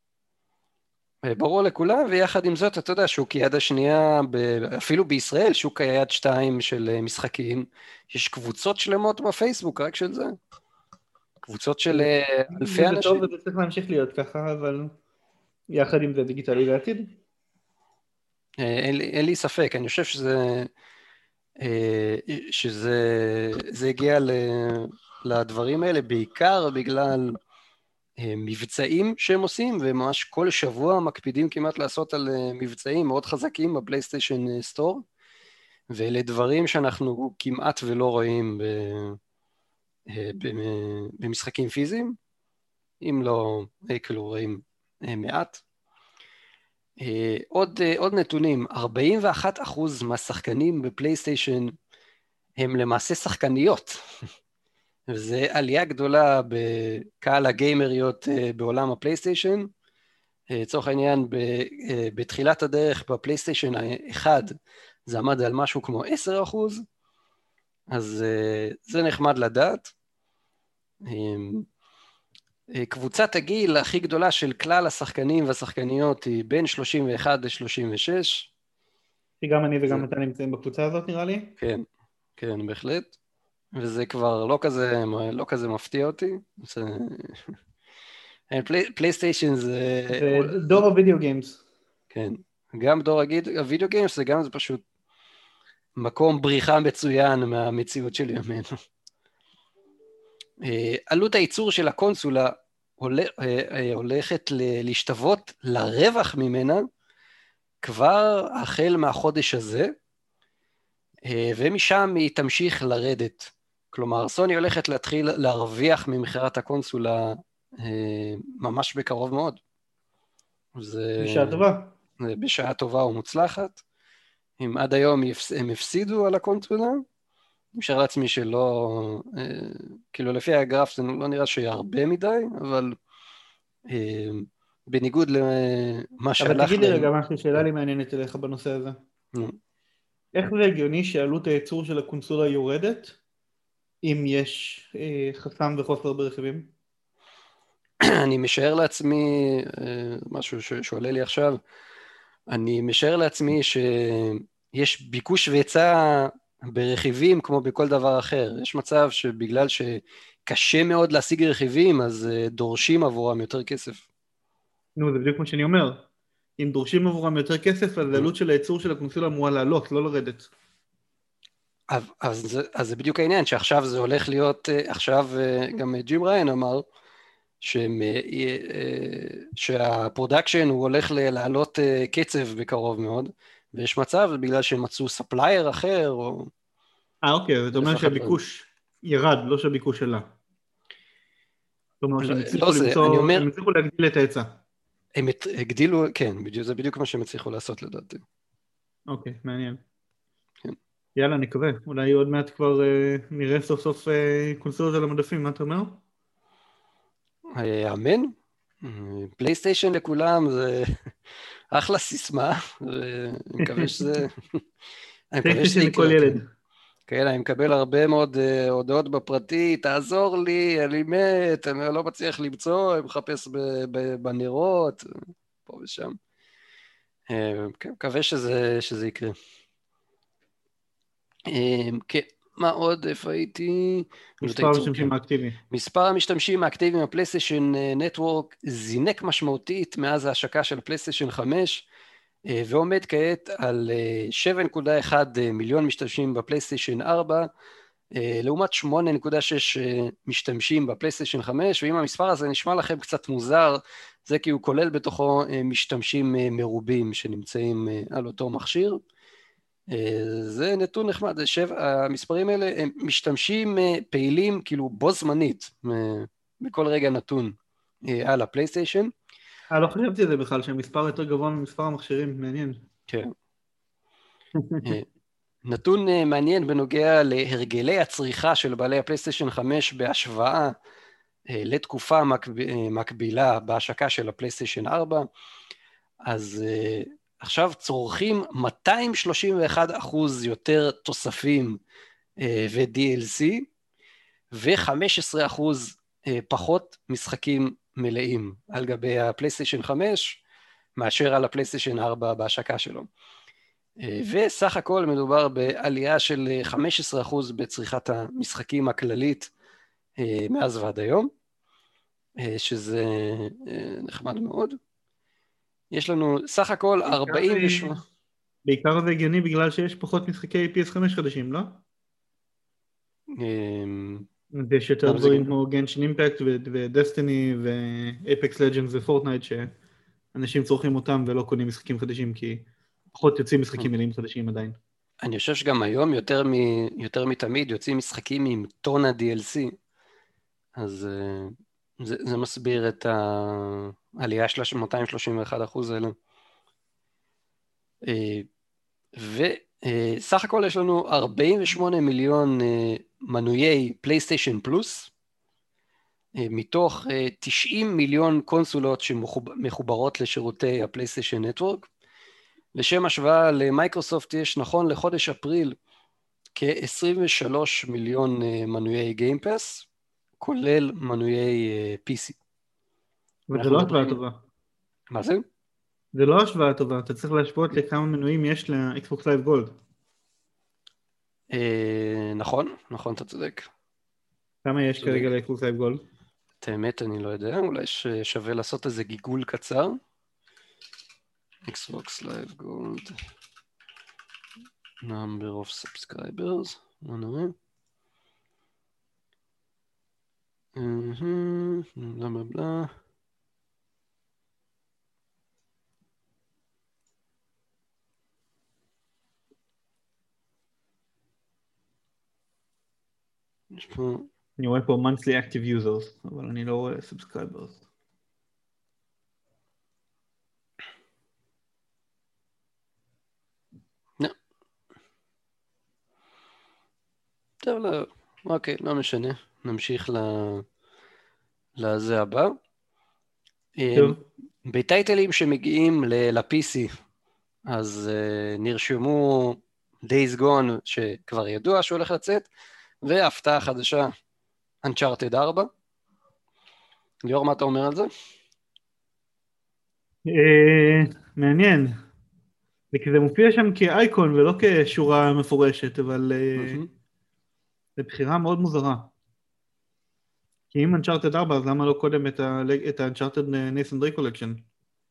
ברור לכולם, ויחד עם זאת, אתה יודע, שוק יד השנייה, אפילו בישראל, שוק היד שתיים של משחקים, יש קבוצות שלמות בפייסבוק, רק של זה. קבוצות של אלפי אנשים. זה טוב וזה צריך להמשיך להיות ככה, אבל יחד עם זה דיגיטלי לעתיד. אין לי, אין לי ספק, אני חושב שזה, שזה, זה הגיע לדברים האלה, בעיקר בגלל מבצעים שהם עושים, וממש כל שבוע מקפידים כמעט לעשות על מבצעים מאוד חזקים בפלייסטיישן סטור, ואלה דברים שאנחנו כמעט ולא רואים ב... במשחקים פיזיים, אם לא כאילו רואים מעט. עוד, עוד נתונים, ארבעים ואחד אחוז מהשחקנים בפלייסטיישן הם למעשה שחקניות, וזה עלייה גדולה בקהל הגיימריות בעולם הפלייסטיישן. לצורך העניין, בתחילת הדרך בפלייסטיישן אחד, זה עמד על משהו כמו עשרה אחוז, אז זה נחמד לדעת. קבוצת הגיל הכי גדולה של כלל השחקנים והשחקניות היא בין שלושים ואחת ל-שלושים ושש. שגם אני וגם אתה נמצאים בקבוצה הזאת נראה לי. כן, כן, בהחלט. וזה כבר לא כזה, לא כזה מפתיע אותי. פלייסטיישן זה... זה דור הווידאו גיימס. כן, גם דור הווידאו גיימס, זה גם זה פשוט מקום בריחה מצוין מהמציאות של ימינו. עלות הייצור של הקונסולה הולכת להשתוות לרווח ממנה כבר החל מהחודש הזה, ומשם היא תמשיך לרדת. כלומר, סוני הולכת להתחיל להרוויח ממחירת הקונסולה ממש בקרוב מאוד. זה... בשעה טובה. זה בשעה טובה ומוצלחת. אם עד היום הם הפסידו על הקונסולה, נשאר לעצמי שלא, כאילו לפי הגרף זה לא נראה שיהיה הרבה מדי, אבל בניגוד למה שהלך... אבל תגיד לי רגע משהו, שאלה לי מעניינת אליך בנושא הזה. איך זה הגיוני שעלות הייצור של הקונסולה יורדת, אם יש חסם וחוסר ברכיבים? אני משער לעצמי, משהו שעולה לי עכשיו, אני משער לעצמי שיש ביקוש והיצע ברכיבים כמו בכל דבר אחר. יש מצב שבגלל שקשה מאוד להשיג רכיבים, אז דורשים עבורם יותר כסף. נו, זה בדיוק מה שאני אומר. אם דורשים עבורם יותר כסף, אז העלות של הייצור של הקונסולה אמורה לעלות, לא לרדת. אז, אז, אז זה בדיוק העניין, שעכשיו זה הולך להיות, עכשיו גם ג'ים ריין אמר, שהם, שהפרודקשן הוא הולך לעלות קצב בקרוב מאוד, ויש מצב בגלל שהם מצאו ספלייר אחר, או... אה, אוקיי, זאת אומרת שהביקוש ירד, לא שהביקוש עלה. כלומר שהם הצליחו לא זה, אני למצוא, אומר, הם הצליחו להגדיל את ההיצע. הם הגדילו, כן, זה בדיוק מה שהם הצליחו לעשות לדעתי. אוקיי, מעניין. כן. יאללה, נקווה. אולי עוד מעט כבר אה, נראה סוף סוף אה, קונסולות על המדפים, מה אתה אומר? אמן. פלייסטיישן לכולם זה אחלה סיסמה, ואני מקווה שזה... אני מקווה שזה פלייסטיישן לכל יקרה, כן. ילד. כן, אני מקבל הרבה מאוד uh, הודעות בפרטי, תעזור לי, אני מת, אני לא מצליח למצוא, אני מחפש ב- ב- בנרות, פה ושם. Uh, כן, מקווה שזה, שזה יקרה. Uh, כן, מה עוד, איפה הייתי? מספר המשתמשים האקטיבי. מספר המשתמשים האקטיביים בפלייסטיישן נטוורק זינק משמעותית מאז ההשקה של פלייסטיישן חמש, ועומד כעת על שבע נקודה אחת מיליון משתמשים בפלייסטיישן ארבע, לעומת שמונה נקודה שש משתמשים בפלייסטיישן חמש, ואם המספר הזה נשמע לכם קצת מוזר, זה כי הוא כולל בתוכו משתמשים מרובים שנמצאים על אותו מכשיר. זה נתון נחמד, שבע, המספרים האלה הם משתמשים פעילים כאילו בו זמנית, בכל רגע נתון על הפלייסטיישן. אה, לא חשבתי על זה בכלל, שהמספר יותר גבוה ממספר המכשירים, מעניין. כן. נתון מעניין בנוגע להרגלי הצריכה של בעלי הפלייסטיישן חמש בהשוואה לתקופה מקבילה בהשקה של הפלייסטיישן ארבע, אז עכשיו צורכים מאתיים שלושים ואחד אחוז יותר תוספים ו-די אל סי, ו-חמישה עשר אחוז פחות משחקים מלאים על גבי הפלייסטיישן חמש, מאשר על הפלייסטיישן ארבע בהשקה שלו. וסך הכל מדובר בעלייה של חמישה עשר אחוז בצריכת המשחקים הכללית מאז ועד היום, שזה נחמד מאוד. יש לנו סך הכל ארבעים ושמונה... בעיקר זה הגיוני בגלל שיש פחות משחקי פי אס חמש חדשים, לא? יש יותר דברים כמו גנשן אימפקט ודסטיני ואפקס לג'נדס ופורטנייט שאנשים צורכים אותם ולא קונים משחקים חדשים כי פחות יוצאים משחקים מלאים חדשים עדיין. אני חושב שגם היום יותר, מ... יותר מתמיד יוצאים משחקים עם טון ה-די אל סי, אז זה, זה מסביר את העלייה של מאתיים שלושים ואחד אחוז האלה. וסך הכל יש לנו ארבעים ושמונה מיליון מנויי פלייסטיישן פלוס, מתוך תשעים מיליון קונסולות שמחוברות לשירותי הפלייסטיישן נטוורק. לשם השוואה למייקרוסופט יש נכון לחודש אפריל כ-עשרים ושלושה מיליון מנויי גיימפאס, כולל מנויי פי סי. וזה לא השוואה טובה. מה זה? זה לא השוואה טובה, אתה צריך להשוות לכמה מנויים יש לאקסבוקס לייב גולד. נכון, נכון, אתה צודק. כמה יש כרגע לאקסבוקס לייב גולד? את האמת אני לא יודע, אולי שווה לעשות איזה גיגול קצר. Xbox Live Gold number of subscribers, מה נראה? בלה בלה בלה. יש פה... אני רואה פה monthly active users, אבל אני לא רואה subscribers. לא. טוב, לא. אוקיי, לא משנה. נמשיך לזה הבא. טוב. בטייטלים שמגיעים ל-פי סי, אז נרשמו Days Gone, שכבר ידוע שהוא הולך לצאת, והפתעה חדשה, Uncharted ארבע. ליאור, מה אתה אומר על זה? מעניין. זה כי זה מופיע שם כאייקון ולא כשורה מפורשת, אבל uh, זה בחירה מאוד מוזרה. כי אם Uncharted ארבע, אז למה לא קודם את ה-Uncharted Nathan Drake Collection?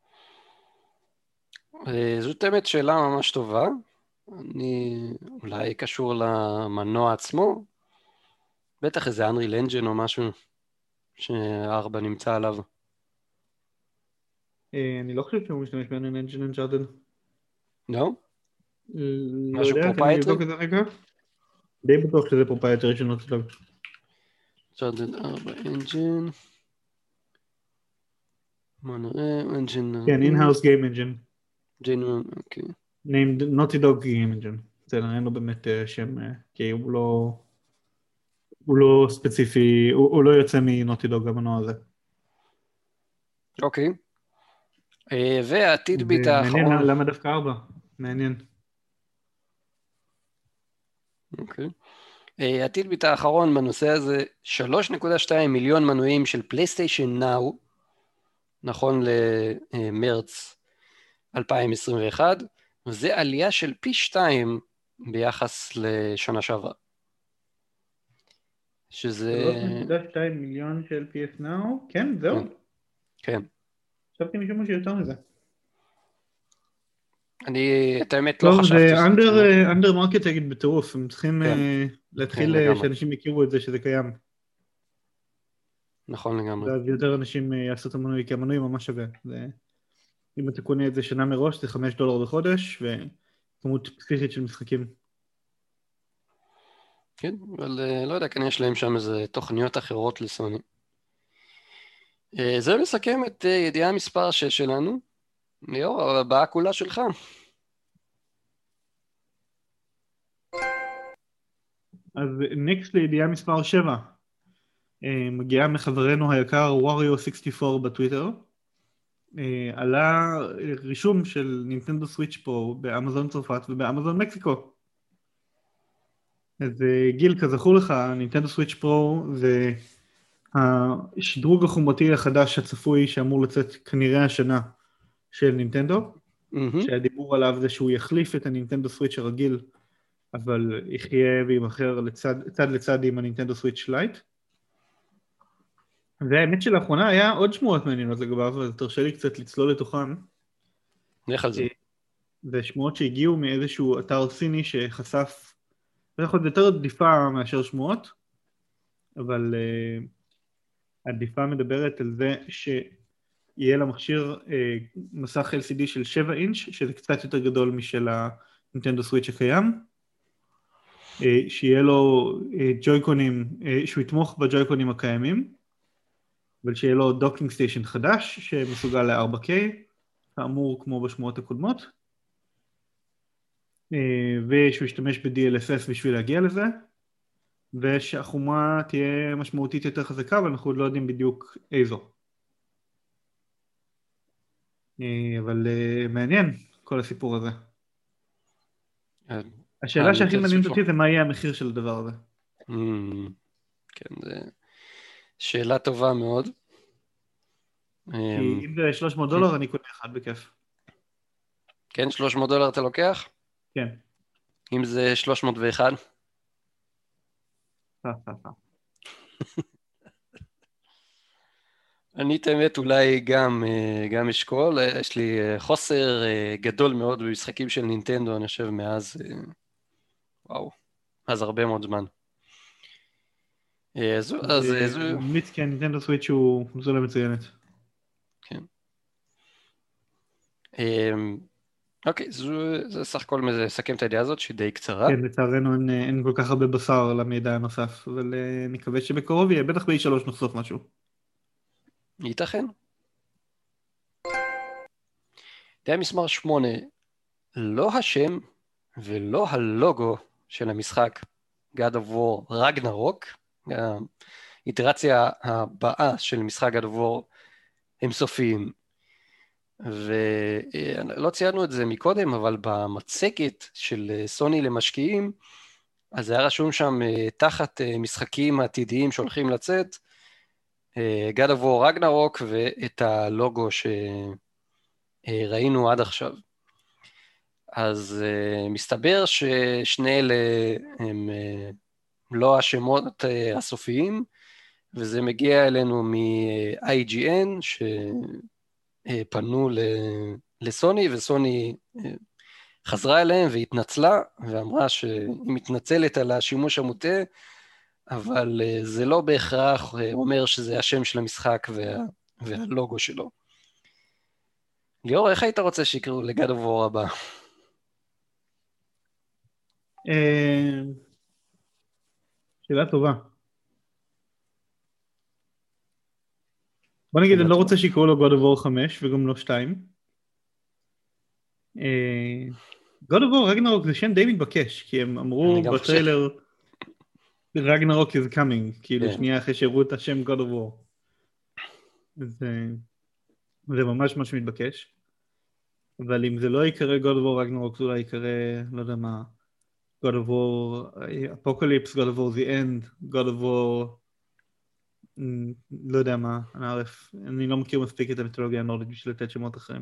זאת האמת שאלה ממש טובה. אני אולי קשור למנוע עצמו. בטח איזה Unreal Engine או משהו שארבע נמצא עליו. אני לא חושב שהוא משתמש ב-Unreal Engine Uncharted. לא? לא משהו יודע, תן לי לבדוק פרופייטרי? את זה רגע. די בטוח שזה פרופייטרי של נוטי דוג. Uncharted ארבע Engine. מה נראה? Engine... כן, in-house game engine. Genuine, אוקיי. named Naughty Dog Game Engine. בסדר, אין לו באמת שם, כי הוא לא... הוא לא ספציפי, הוא, הוא לא יוצא מנוטי דוג המנוע הזה. אוקיי. והטידביט מעניין האחרון. למה דווקא ארבע, מעניין. אוקיי. הטידביט האחרון בנושא הזה, שלוש נקודה שתיים מיליון מנויים של פלייסטיישן נאו, נכון למרץ אלפיים עשרים ואחת, וזה עלייה של פי שתיים ביחס לשנה שעברה. שזה... שלוש נקודה שתיים מיליון של פי אס Now? כן, זהו? כן. חשבתי משום שיותר מזה. אני, את האמת, לא טוב, חשבתי. זה אנדר, אנדר מרקטינג בטירוף, הם צריכים כן. להתחיל כן, שאנשים יכירו את זה שזה קיים. נכון לגמרי. ואז יותר אנשים יעשו את המנוי, כי המנוי ממש שווה. זה... אם אתה קונה את זה שנה מראש, זה חמש דולר בחודש, וכמות פסיכית של משחקים. כן, אבל לא יודע, כנראה יש להם שם איזה תוכניות אחרות לסוני. זה מסכם את ידיעה מספר שש שלנו. ליאור, הבאה כולה שלך. אז נקסט לידיעה מספר שבע. מגיעה מחברנו היקר ווריו שישים וארבע בטוויטר. עלה רישום של נינטנדו סוויץ' פרו באמזון צרפת ובאמזון מקסיקו. אז גיל, כזכור לך, נינטנדו סוויץ' פרו זה השדרוג החומרתי החדש הצפוי שאמור לצאת כנראה השנה של נינטנדו, mm-hmm. שהדיבור עליו זה שהוא יחליף את הנינטנדו סוויץ' הרגיל, אבל יחיה וימחר לצד, צד לצד עם הנינטנדו סוויץ' לייט. והאמת שלאחרונה היה עוד שמועות מעניינות לגביו, אז תרשה לי קצת לצלול לתוכן. נלך על זה. זה שמועות שהגיעו מאיזשהו אתר סיני שחשף, זה יכול להיות יותר עדיפה מאשר שמועות, אבל uh, עדיפה מדברת על זה שיהיה למכשיר uh, מסך אל סי די של שבע אינץ', שזה קצת יותר גדול משל הנינטנדו סוויץ' הקיים, uh, שיהיה לו uh, ג'ויקונים, uh, שהוא יתמוך בג'ויקונים הקיימים, אבל שיהיה לו דוקינג סטיישן חדש שמסוגל ל-ארבע קיי, כאמור כמו בשמועות הקודמות, ושהוא ישתמש ב-די אל אס אס בשביל להגיע לזה, ושהחומה תהיה משמעותית יותר חזקה, אבל אנחנו עוד לא יודעים בדיוק איזו. אבל מעניין כל הסיפור הזה. השאלה שהכי מעניינת אותי זה מה יהיה המחיר של הדבר הזה. כן, זו שאלה טובה מאוד. כי אם זה שלוש מאות דולר אני קונה אחד בכיף. כן, שלוש מאות דולר אתה לוקח? כן. אם זה שלוש מאות ואחת? אני את האמת אולי גם, גם אשכול, יש לי חוסר גדול מאוד במשחקים של נינטנדו, אני חושב מאז, וואו, אז הרבה מאוד זמן. אז זו... ממליץ כי הנינטנדו סוויץ' הוא זולה מצוינת. כן. אוקיי, זה סך הכל מסכם את הידיעה הזאת שהיא די קצרה. כן, לצערנו אין, אין כל כך הרבה בשר למידע הנוסף, אבל נקווה שבקרוב יהיה, בטח ב-אי שלוש נחשוף משהו. ייתכן. ידיעה מספר שמונה, לא השם ולא הלוגו של המשחק God of War רגנרוק, האיטרציה הבאה של משחק God of War הם סופיים. ולא ציינו את זה מקודם, אבל במצגת של סוני למשקיעים, אז היה רשום שם תחת משחקים עתידיים שהולכים לצאת, God of War רגנרוק ואת הלוגו שראינו עד עכשיו. אז uh, מסתבר ששני אלה הם uh, לא השמות uh, הסופיים, וזה מגיע אלינו מ-איי ג'י אן, שפנו לסוני, וסוני uh, חזרה אליהם והתנצלה, ואמרה שהיא מתנצלת על השימוש המוטעה, אבל uh, זה לא בהכרח uh, אומר שזה השם של המשחק וה, והלוגו שלו. ליאור, איך היית רוצה שיקראו לגד אוף וור הבא? שאלה טובה. בוא נגיד, אני לא רוצה שיקראו לו God of War חמש וגם לא שתיים. God of War רגנרוק זה שם די מתבקש, כי הם אמרו בטריילר רגנרוק is coming, כאילו שנייה אחרי שהראו את השם God of War. זה ממש ממש מתבקש. אבל אם זה לא יקרא God of War רגנרוק, זה אולי יקרא, לא יודע מה, God of War Apocalypse, God of War The End, God of War, לא יודע מה, אני ערף, אני לא מכיר מספיק את המיתולוגיה הנורדית בשביל לתת שמות אחרים.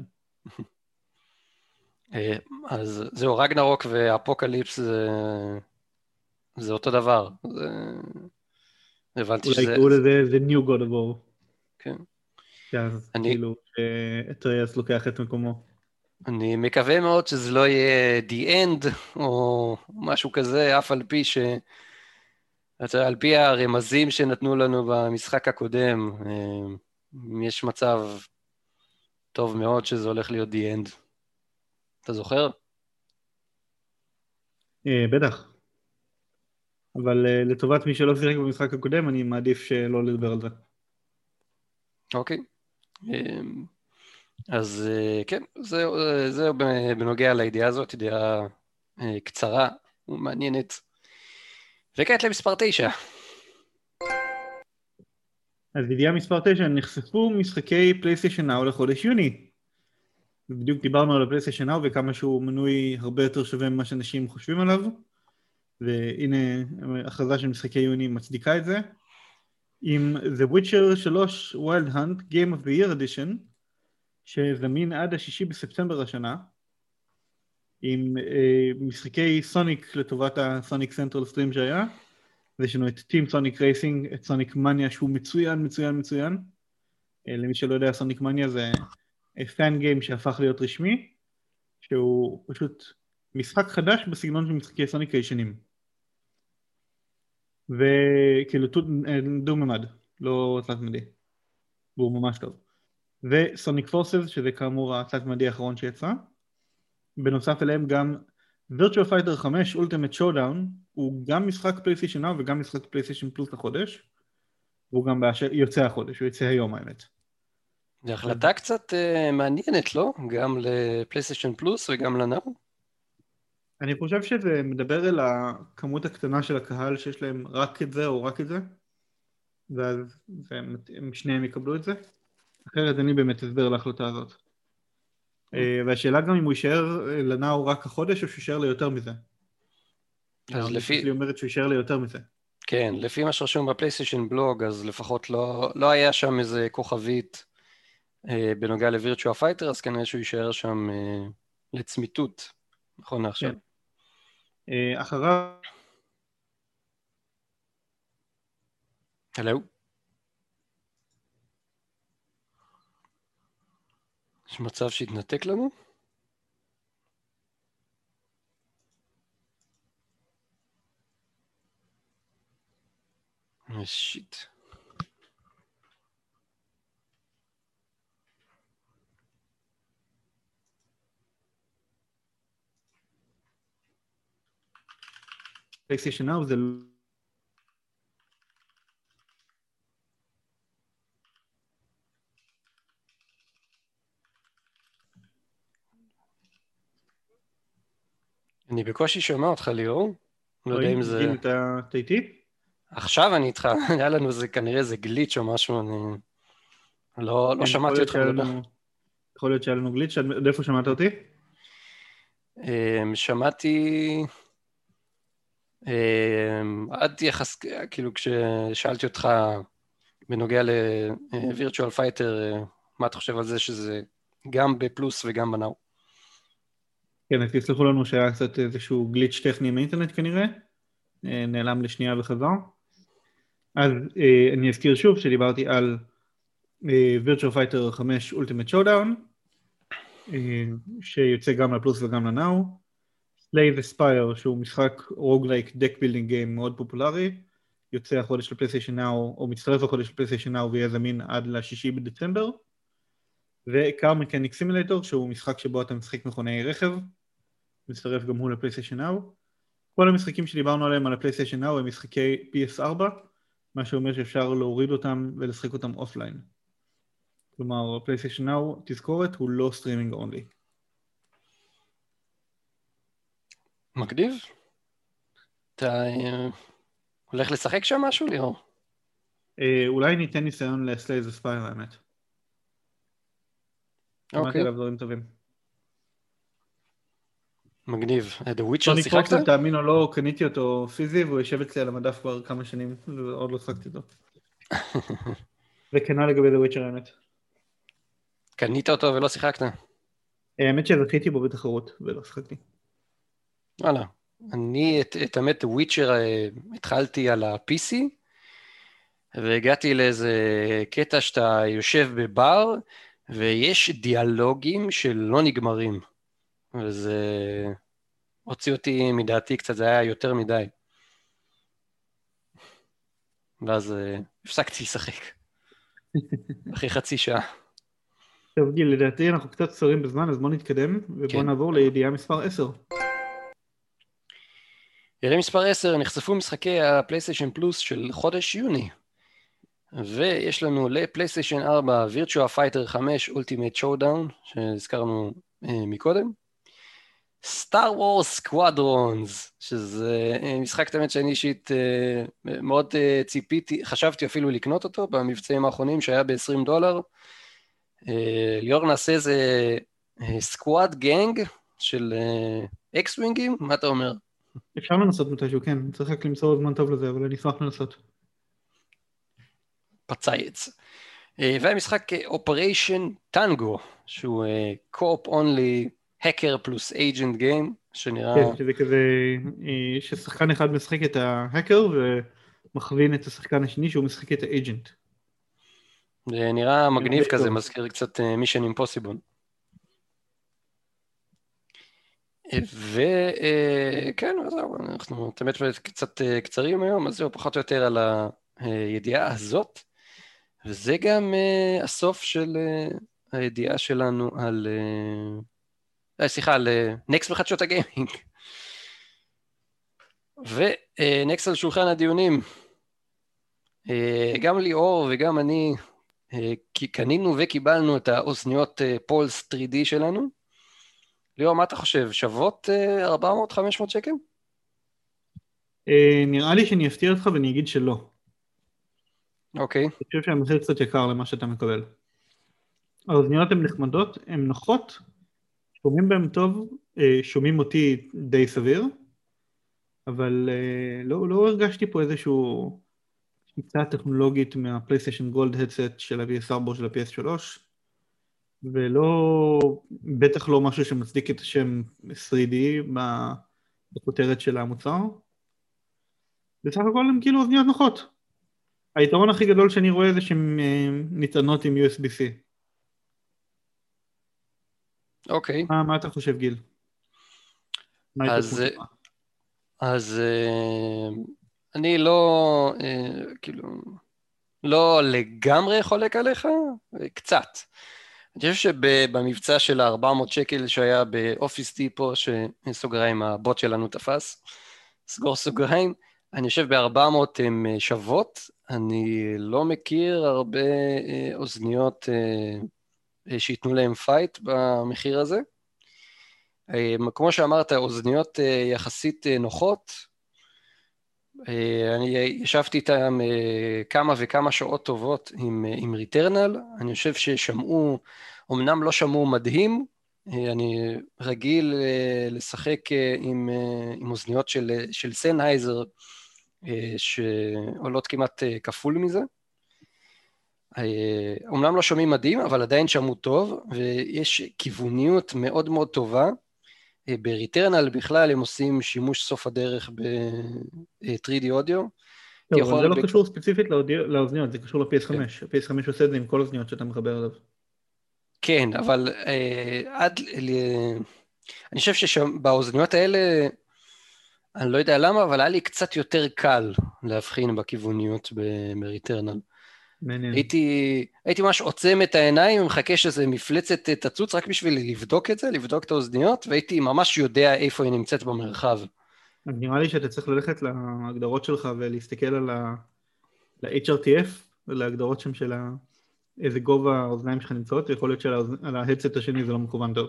אז זהו, רגנרוק ואפוקליפס זה, זה אותו דבר. זה... הבנתי אולי שזה... יקראו לזה The New God of War. כן. אז אני... כאילו, אטריאס לוקח את מקומו. אני מקווה מאוד שזה לא יהיה The End, או משהו כזה, אף על פי ש... על פי הרמזים שנתנו לנו במשחק הקודם, יש מצב טוב מאוד שזה הולך להיות The End. אתה זוכר? בטח. אבל לטובת מי שלא שיחק במשחק הקודם, אני מעדיף שלא לדבר על זה. אוקיי. אז כן, זה בנוגע לידיעה הזאת, ידיעה קצרה ומעניינת. וכעת למספר תשע. אז ידיעה מספר תשע, נחשפו משחקי פלייסטיישן נאו לחודש יוני. בדיוק דיברנו על הפלייסטיישן נאו וכמה שהוא מנוי הרבה יותר שווה ממה שאנשים חושבים עליו. והנה הכרזה של משחקי יוני מצדיקה את זה. עם The Witcher שלוש Wild Hunt Game of the Year Edition, שזמין עד השישי בספטמבר השנה, עם אה, משחקי סוניק לטובת הסוניק סנטרל סטרים שהיה, ויש לנו את טים סוניק רייסינג, את סוניק מניה שהוא מצוין מצוין מצוין. אה, למי שלא יודע, סוניק מניה זה פן גיים שהפך להיות רשמי, שהוא פשוט משחק חדש בסגנון של משחקי סוניק הישנים. וכאילו דו ממד, לא תלת ממדי, והוא ממש טוב. וסוניק פורסס, שזה כאמור התלת ממדי האחרון שיצא. בנוסף אליהם גם Virtua Fighter חמש Ultimate Showdown, הוא גם משחק פלייסטיישן נאו וגם משחק פלייסטיישן פלוס החודש, והוא גם יוצא החודש, הוא יוצא היום האמת. זו החלטה קצת uh, מעניינת, לא? גם לפלייסטיישן פלוס וגם לנאו? אני חושב שזה מדבר אל הכמות הקטנה של הקהל שיש להם רק את זה או רק את זה, ואז הם שניהם יקבלו את זה. אחרת אין לי באמת הסבר להחלטה הזאת. והשאלה גם אם הוא יישאר לנאו רק החודש או שהוא יישאר ליותר מזה. אז לפי... לי אומרת שהוא יישאר ליותר מזה. כן, לפי מה שרשום בפלייסטיישן בלוג, אז לפחות לא, לא היה שם איזה כוכבית אה, בנוגע לווירטואל פייטר, אז כנראה שהוא יישאר שם אה, לצמיתות, נכון לעכשיו. כן. אה, אחריו... הלו? יש מצב שהתנתק לנו? שיט. פלייסטיישן נאו זה... אני בקושי שומע אותך, ליאור. לא יודע אם זה... אתה איתי? עכשיו אני איתך, היה לנו זה כנראה זה גליץ' או משהו, אני לא, לא שמעתי אותך לדבר. יכול להיות שהיה לנו גליץ', איפה שמעת אותי? שמעתי עד יחס, כאילו כששאלתי אותך בנוגע לווירטואל פייטר, מה אתה חושב על זה שזה גם בפלוס וגם בנאו? כן, אז תסלחו לנו שהיה קצת איזשהו גליץ' טכני עם האינטרנט כנראה, נעלם לשנייה וחזר. אז אני אזכיר שוב שדיברתי על Virtua Fighter חמש Ultimate Showdown, שיוצא גם לפלוס וגם לנאו. Slay the Spire, שהוא משחק רוגלייק דק בילדינג גיים מאוד פופולרי, יוצא החודש לפלייסטיישן נאו, או מצטרף החודש לפלייסטיישן נאו ויהיה זמין עד לשישי בדצמבר. ו-Car Mechanic Simulator, שהוא משחק שבו אתה משחק מכוני רכב, מצטרף גם הוא לפלייסטיישן נאו. כל המשחקים שדיברנו עליהם על הפלייסטיישן נאו הם משחקי פי אס ארבע, מה שאומר שאפשר להוריד אותם ולשחק אותם אופליין. כלומר, פלייסטיישן נאו, תזכורת, הוא לא סטרימינג אונלי. מגניב? אתה הולך לשחק שם משהו, ליאור? אולי ניתן ניסיון לסליי זה ספייר, האמת. שמעתי עליו דברים טובים. מגניב. The Witcher שיחקת? טוני פוקס, תאמין או לא, קניתי אותו פיזי, והוא יושב אצלי על המדף כבר כמה שנים, ועוד לא שחקתי אותו. וכנה לגבי The Witcher, האמת. קנית אותו ולא שיחקת? האמת שזכיתי בו בתחרות, ולא שחקתי. וואלה. אני, את האמת, The Witcher התחלתי על ה-פי סי, והגעתי לאיזה קטע שאתה יושב בבר, ויש דיאלוגים שלא נגמרים. וזה הוציא אותי מדעתי קצת, זה היה יותר מדי. ואז הפסקתי לשחק. אחרי חצי שעה. טוב גיל, לדעתי אנחנו קצת קצרים בזמן, אז בוא נתקדם, ובוא נעבור לידיעה מספר עשר. ידיעה מספר עשר, נחשפו משחקי הפלייסטיישן פלוס של חודש יוני. ויש לנו לפלייסטיישן ארבע Virtua Fighter חמש Ultimate Showdown, שהזכרנו מקודם. סטאר וורס סקוואדרונס, שזה משחק תמיד שאני אישית מאוד ציפיתי, חשבתי אפילו לקנות אותו במבצעים האחרונים שהיה ב-עשרים דולר. ליאור, נעשה איזה סקוואד גנג של אקס ווינגים, מה אתה אומר? אפשר לנסות מתישהו, כן, צריך רק למצוא זמן טוב לזה, אבל אני אשמח לנסות. פצייץ. והמשחק אופריישן טנגו, שהוא קו-אופ אונלי, האקר פלוס אייג'נט גיים, שנראה... כן, שזה כזה, ששחקן אחד משחק את ההאקר ומכווין את השחקן השני שהוא משחק את האייג'נט. זה נראה מגניב כזה, מזכיר קצת מישן אימפוסיבול. וכן, אנחנו תמיד קצת קצרים היום, אז זהו פחות או יותר על הידיעה הזאת, וזה גם הסוף של הידיעה שלנו על... סליחה, על נקסט בחדשות הגיימינג. ונקסט על שולחן הדיונים. גם ליאור וגם אני קנינו וקיבלנו את האוזניות פולס תרי די שלנו. ליאור, מה אתה חושב? שוות ארבע מאות חמש מאות שקל? נראה לי שאני אפתיע אותך ואני אגיד שלא. אוקיי. אני חושב שהמחיר קצת יקר למה שאתה מקבל. האוזניות הן נחמדות, הן נוחות, שומעים בהם טוב, שומעים אותי די סביר, אבל לא, לא הרגשתי פה איזשהו שיטה טכנולוגית מהפלייסטיישן גולד הדסט של ה-פי אס ארבע או של ה-פי אס שלוש, ולא, בטח לא משהו שמצדיק את השם תרי די בכותרת של המוצר. בסך הכל הם כאילו אוזניות נוחות. היתרון הכי גדול שאני רואה זה שהן נטענות עם יו אס בי סי. אוקיי. מה, מה אתה חושב, גיל? אז, אז אני לא, כאילו, לא לגמרי חולק עליך, קצת. אני חושב שבמבצע של ה-ארבע מאות שקל שהיה באופיס דיפו, שסוגריים הבוט שלנו תפס, סגור סוגריים, אני חושב ב-ארבע מאות הן שוות, אני לא מכיר הרבה אוזניות שיתנו להם פייט במחיר הזה. כמו שאמרת, אוזניות יחסית נוחות, אני ישבתי איתם כמה וכמה שעות טובות עם, עם ריטרנל, אני חושב ששמעו, אמנם לא שמעו מדהים, אני רגיל לשחק עם, עם אוזניות של, של סנהייזר, שעולות כמעט כפול מזה. אמנם לא שומעים מדהים, אבל עדיין שמעו טוב, ויש כיווניות מאוד מאוד טובה, בריטרנל בכלל הם עושים שימוש סוף הדרך ב-תרי די אודיו. טוב, אבל זה לא קשור ספציפית לאוזניות, זה קשור ל-פי אס חמש. ה-פי אס חמש עושה את זה עם כל אוזניות שאתה מחבר אליו. כן, אבל עד... אני חושב שבאוזניות האלה, אני לא יודע למה, אבל היה לי קצת יותר קל להבחין בכיווניות בריטרנל. מעניין. הייתי, הייתי ממש עוצם את העיניים ומחכה שזה מפלצת תצוץ רק בשביל לבדוק את זה, לבדוק את האוזניות, והייתי ממש יודע איפה היא נמצאת במרחב. נראה לי שאתה צריך ללכת להגדרות שלך ולהסתכל על ה-אייץ' אר טי אף ולהגדרות שם של איזה גובה האוזניים שלך נמצאות, ויכול להיות שעל ההדסט השני זה לא מכוון טוב.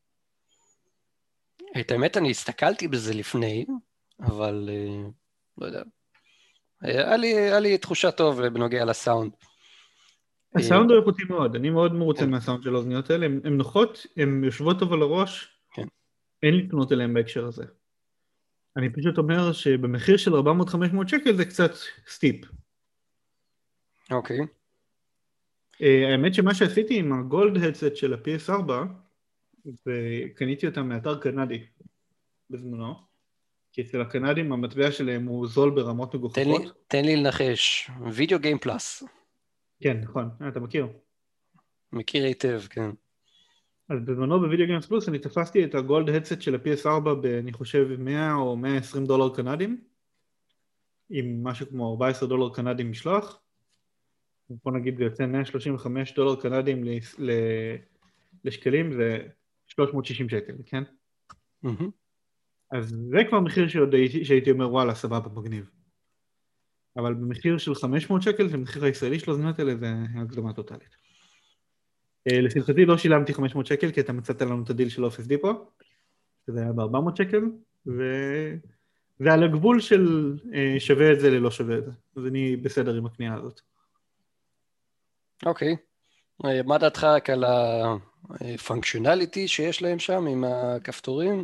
את האמת, אני הסתכלתי בזה לפני, אבל לא יודע. היה לי, היה לי תחושה טוב בנוגע לסאונד. הסאונד הוא איכותי מאוד, אני מאוד מרוצה מהסאונד של האוזניות האלה, הן נוחות, הן יושבות טוב על הראש, אין לי תלונות אליהן בהקשר הזה. אני פשוט אומר שבמחיר של ארבע מאות חמש מאות שקל זה קצת סטיפ. אוקיי. האמת שמה שעשיתי עם הגולד הדסט של ה-פי אס ארבע, וקניתי אותם מאתר קנדי בזמנו, כי אצל הקנדים המטבע שלהם הוא זול ברמות מגוחכות. תן לי, תן לי לנחש, וידאו גיים פלאס. כן, נכון, אתה מכיר. מכיר היטב, כן. אז בזמנו בווידאו גיימס פלוס אני תפסתי את הגולד הדסט של ה-פי אס ארבע אני חושב מאה או מאה ועשרים דולר קנדים, עם משהו כמו ארבעה עשר דולר קנדים משלוח. בוא נגיד זה יוצא מאה שלושים וחמישה דולר קנדים לשקלים, זה שלוש מאות ושישים שקל, כן? Mm-hmm. אז זה כבר מחיר שעוד שהייתי אומר וואלה סבבה מגניב. אבל במחיר של חמש מאות שקל, זה מחיר הישראלי של האוזניות האלה, זה הקדמה טוטלית. לשמחתי לא שילמתי חמש מאות שקל, כי אתה מצאת לנו את הדיל של אופיס דיפו, שזה היה ב-ארבע מאות שקל, וזה על הגבול של שווה את זה ללא שווה את זה. אז אני בסדר עם הקנייה הזאת. אוקיי. מה דעתך רק על הפונקציונליטי שיש להם שם עם הכפתורים?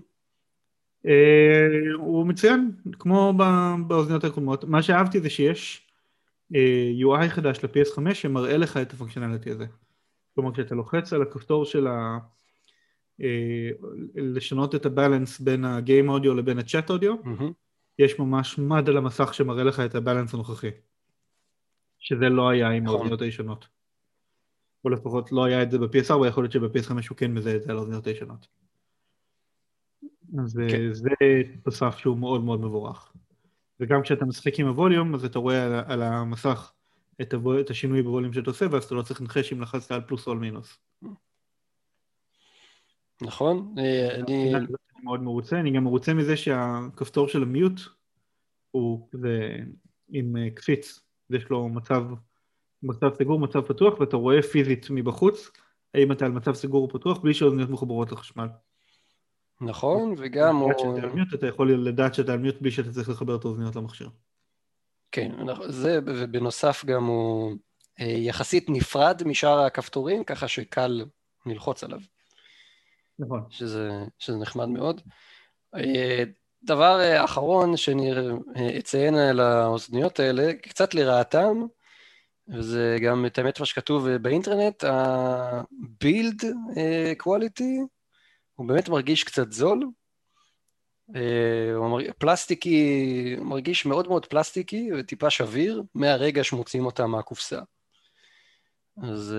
הוא מצוין, כמו באוזניות הקודמות. מה שאהבתי זה שיש יו איי חדש ל-פי אס חמש שמראה לך את הפונקציונליטי הזה. כלומר, כשאתה לוחץ על הכפתור של ה... לשנות את הבלנס בין הגיים אודיו לבין הצ'אט אודיו, יש ממש מד על המסך שמראה לך את הבלנס הנוכחי. שזה לא היה עם האוזניות הישנות. או לפחות לא היה את זה ב-פי אס ארבע, יכול להיות שב-פי אס חמש הוא כן מזהה את זה על האוזניות הישנות. אז זה תוסף שהוא מאוד מאוד מבורך. וגם כשאתה משחק עם הווליום, אז אתה רואה על המסך את השינוי בווליום שאתה עושה, ואז אתה לא צריך לנחש אם לחצת על פלוס או על מינוס. נכון. אני מאוד מרוצה, אני גם מרוצה מזה שהכפתור של המיוט הוא עם קפיץ, יש לו מצב מצב סגור, מצב פתוח, ואתה רואה פיזית מבחוץ, האם אתה על מצב סגור או פתוח, בלי שהאוזניות מחוברות לחשמל. נכון, וגם... אתה יכול לדעת שאתה על מיוט בלי שאתה צריך לחבר את האוזניות למכשיר. כן, זה, ובנוסף גם הוא יחסית נפרד משאר הכפתורים, ככה שקל ללחוץ עליו. נכון. שזה, שזה נחמד מאוד. דבר אחרון שאני אציין על האוזניות האלה, קצת לרעתם, וזה גם את האמת מה שכתוב באינטרנט, ה-build quality הוא באמת מרגיש קצת זול, פלסטיקי, מרגיש מאוד מאוד פלסטיקי וטיפה שביר מהרגע שמוצאים אותה מהקופסה. אז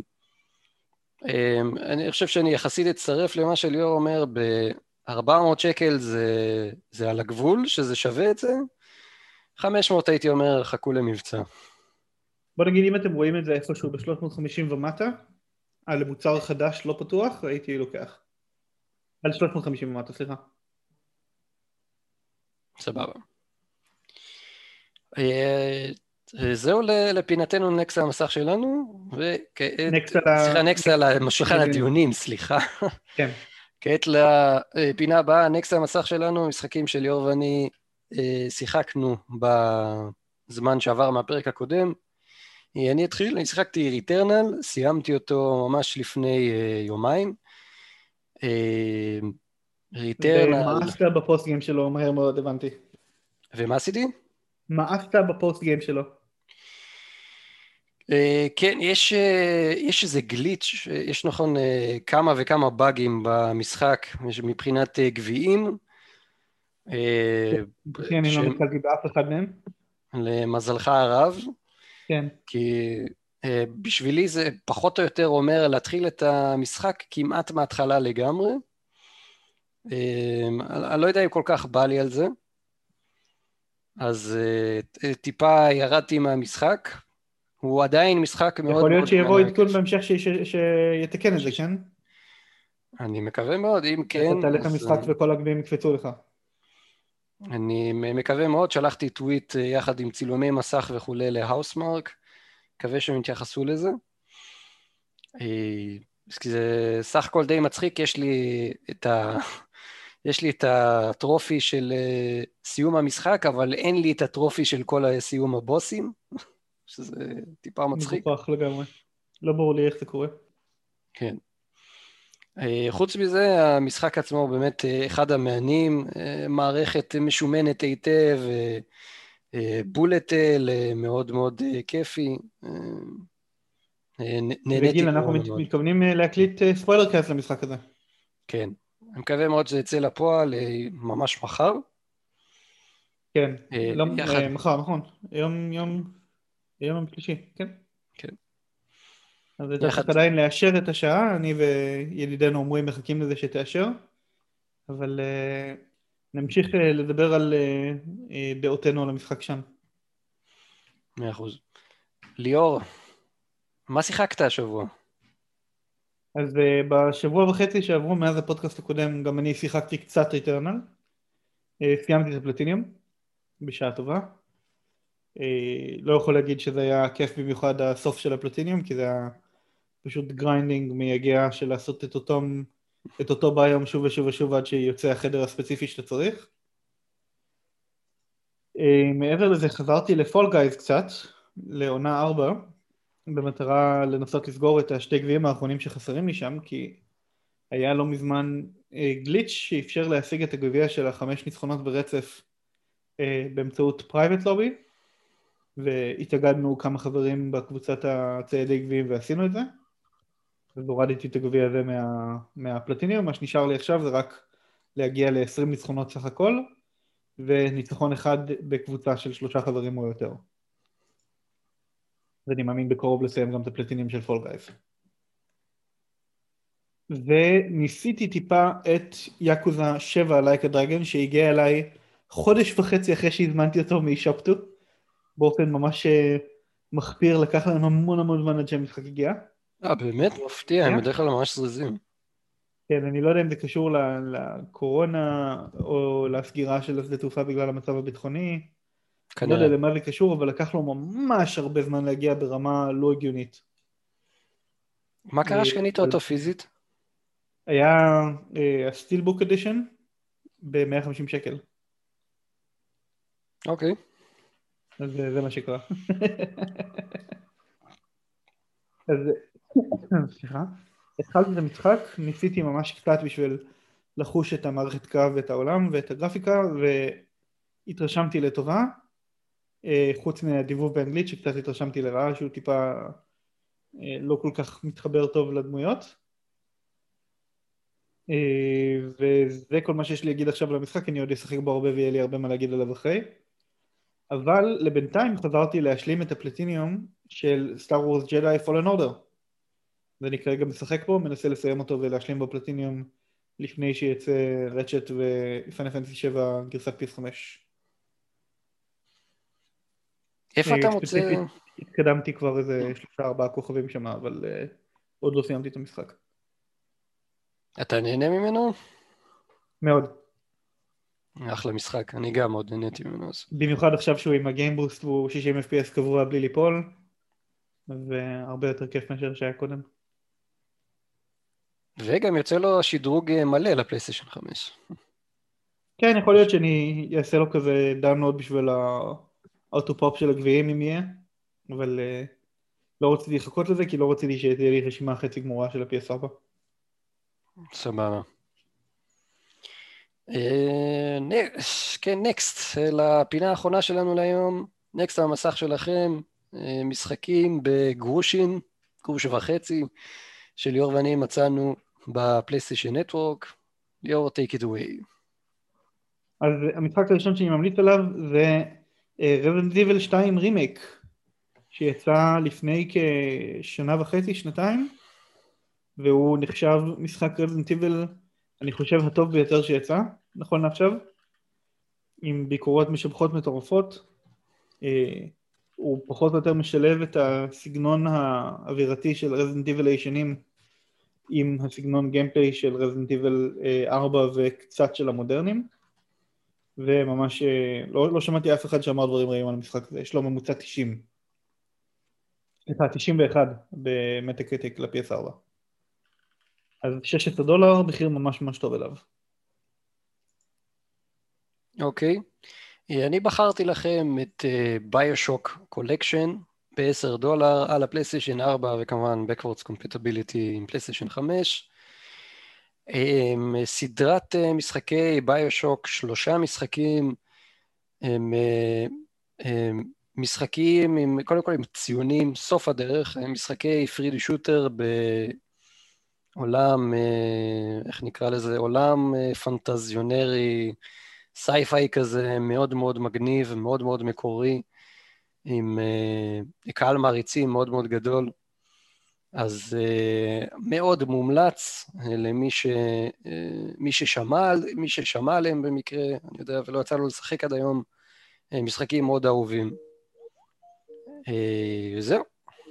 אני חושב שאני יחסית אצטרף למה שליאור אומר, ב-ארבע מאות שקל זה, זה על הגבול, שזה שווה את זה, חמש מאות הייתי אומר חכו למבצע. בוא נגיד אם אתם רואים את זה איפשהו ב-שלוש מאות וחמישים ומטה, על מוצר חדש לא פתוח, הייתי לוקח. על שלוש מאות וחמישים ומטה, סליחה. סבבה. זהו לפינתנו נקסט על המסך שלנו, סליחה, נקסט על השולחן הדיונים, סליחה. כן. כעת לפינה הבאה, נקסט על המסך שלנו, משחקים של ליאור ואני שיחקנו בזמן שעבר מהפרק הקודם. אני אתחיל, אני שיחקתי ריטרנל, סיימתי אותו ממש לפני יומיים. ריטרנל... ומה עשת בפוסט גיים שלו? מהר מאוד הבנתי. ומה עשיתי? מה עשת בפוסט גיים שלו? אה, כן, יש, אה, יש איזה גליץ', יש נכון אה, כמה וכמה באגים במשחק יש מבחינת אה, גביעים, אה, אחי, אני לא שהם נתקלתי באף אחד מהם. למזלך הרב, כן. כי אה, בשבילי זה פחות או יותר אומר להתחיל את המשחק כמעט מההתחלה לגמרי. אה, אני לא יודע אם כל כך בא לי על זה, אז אה, טיפה ירדתי מהמשחק. הוא עדיין משחק מאוד יכול להיות מאוד שיבוא מענק. עדכון בהמשך ש- ש- שיתקן את זה, כן? אני מקווה מאוד, אם ואתה כן, תעלה את אז המשחק וכל הגביעים יקפצו לך. אני מקווה מאוד. שלחתי טוויט יחד עם צילומי מסך וכולי להאוסמרק, מקווה שהם יתייחסו לזה. כי זה סך הכל די מצחיק, יש לי את ה... יש לי את הטרופי של סיום המשחק, אבל אין לי את הטרופי של כל סיום הבוסים, שזה טיפה מצחיק. מגוחך לגמרי. לא ברור לי איך זה קורה. כן. חוץ מזה, המשחק עצמו הוא באמת אחד המעניינים, מערכת משומנת היטב, בולטל, מאוד מאוד כיפי, נהניתי וגיל, אנחנו מאוד מת- מאוד. מתכוונים אה, להקליט אה, ספוילר קאסט למשחק הזה. כן, אני מקווה מאוד שזה יצא לפועל ממש מחר. כן. לא, יחד, אה, מחר, נכון. יום, יום, יום יום שלישי, כן. כן, אז אתה יחד, צריך עדיין לאשר את השעה, אני וידידנו אומרים מחכים לזה שתאשר, אבל אה, נמשיך אה, לדבר על אה, אה, דעותינו על המשחק שם. מאה אחוז. ליאור, מה שיחקת השבוע? אז אה, בשבוע וחצי שעברו מאז הפודקאסט הקודם גם אני שיחקתי קצת ריטרנל, סיימתי את הפלטיניום בשעה טובה. אה, לא יכול להגיד שזה היה כיף במיוחד הסוף של הפלטיניום, כי זה היה פשוט גריינדינג מייגע של לעשות את אותו, את אותו ביום שוב ושוב ושוב עד שיוצא החדר הספציפי שאתה צריך. אה, מעבר לזה חזרתי לפול גייז קצת, לעונה ארבע, במטרה לנסות לסגור את השתי גביעים האחרונים שחסרים לי שם, כי היה לא מזמן אה, גליץ' שאפשר להשיג את הגביע של החמש ניצחונות ברצף אה, באמצעות פרייבט לובי, והתאגדנו כמה חברים בקבוצת הציידי גביעים ועשינו את זה, אז הורדתי את הגביע הזה מה, מהפלטיניום. מה שנשאר לי עכשיו זה רק להגיע ל-עשרים ניצחונות סך הכל, וניצחון אחד בקבוצה של שלושה חברים או יותר. ואני מאמין בקרוב לסיים גם את הפלטינים של פול גייז. וניסיתי טיפה את יאקוזה שבע לייקה דרגן, שהגיע אליי חודש וחצי אחרי שהזמנתי אותו משופטו, באופן ממש מחפיר, לקח להם המון המון זמן עד שהמשחק הגיע. אה, באמת מפתיע, הם Yeah. בדרך כלל ממש זריזים. כן, אני לא יודע אם זה קשור לקורונה או לסגירה של השדה תעופה בגלל המצב הביטחוני, אני לא יודע כנראה. למה זה קשור, אבל לקח לו ממש הרבה זמן להגיע ברמה לא הגיונית. מה קרה שקנית אותו פיזית? היה הסטילבוק אדישן ב-מאה וחמישים שקל. אוקיי. אז זה מה שקרה. אז סליחה. התחלתי את המשחק, ניסיתי ממש קצת בשביל לחוש את המערכת קרב ואת העולם ואת הגרפיקה, והתרשמתי לטובה, חוץ מהדיבוב באנגלית שקצת התרשמתי לרעה, שהוא טיפה לא כל כך מתחבר טוב לדמויות. וזה כל מה שיש לי להגיד עכשיו למשחק, אני עוד אשחק בו הרבה ויהיה לי הרבה מה להגיד עליו אחרי. אבל לבינתיים חזרתי להשלים את הפלטיניום של סטאר וורס ג'די פולן אורדר, ואני כרגע משחק בו, מנסה לסיים אותו ולהשלים בו פלטיניום לפני שיצא רצ'ט ופיינל פנטסי שבע גרסת פי אס חמש. איפה אתה מוצא? ספציפית התקדמתי כבר איזה שלושה ארבעה כוכבים שם, אבל uh, עוד לא סיימתי את המשחק. אתה נהנה ממנו? מאוד. אחלה משחק, אני גם מאוד נהניתי ממנו. במיוחד עכשיו שהוא עם הגיימבוסט והוא שישים אף פי אס קבוע בלי ליפול, והרבה יותר כיף מאשר שהיה קודם. וגם יוצא לו שדרוג מלא לפלייסטיישן חמש. כן, יכול להיות שאני אעשה לו כזה דאונלוד בשביל האוטו-פופ של הגביעים אם יהיה, אבל uh, לא רציתי לחכות לזה, כי לא רציתי שתהיה לי רשימה חצי גמורה של ה-פי אס ארבע. סבבה. כן, נקסט, לפינה האחרונה שלנו להיום. נקסט על המסך שלכם. משחקים בגרושים, גרוש וחצי, שליאור ואני מצאנו בפלייסטיישן נטוורק. ליאור, take it away. אז המשחק הראשון שאני ממליץ עליו זה Resident Evil שתיים רימייק, שיצא לפני כשנה וחצי, שנתיים, והוא נחשב משחק Resident Evil, אני חושב, הטוב ביותר שיצא, נכון לעכשיו, עם ביקורות משבחות מטורפות. הוא פחות או יותר משלב את הסגנון האווירתי של Resident Evil הישנים, עם הסגנון גיימפליי של Resident Evil ארבע וקצת של המודרנים, וממש לא, לא שמעתי אף אחד שאמר דברים רעים על המשחק הזה. יש לו ממוצע תשעים. סליחה, תשעים ואחת במטה-קריטיק ל-פי אס ארבע. אז שש עשרה דולר, מחיר ממש ממש טוב אליו. אוקיי. אני בחרתי לכם את ביושוק קולקשן ב-עשרה דולר על הפלייסטיישן ארבע, וכמובן Backwards Compatibility עם פלייסטיישן חמש. סדרת משחקי ביושוק, שלושה משחקים, הם, הם משחקים עם, קודם כל עם ציונים, סוף הדרך, משחקי פרידי שוטר בעולם, איך נקרא לזה, עולם פנטזיונרי, סייפיי כזה, מאוד מאוד מגניב, מאוד מאוד מקורי, עם קהל מעריצים מאוד מאוד גדול. אז uh, מאוד מומלץ uh, למי ש, uh, מי ששמע, מי ששמע עליהם במקרה, אני יודע, ולא יצא לו לשחק עד היום, uh, משחקים מאוד אהובים. Uh, זהו.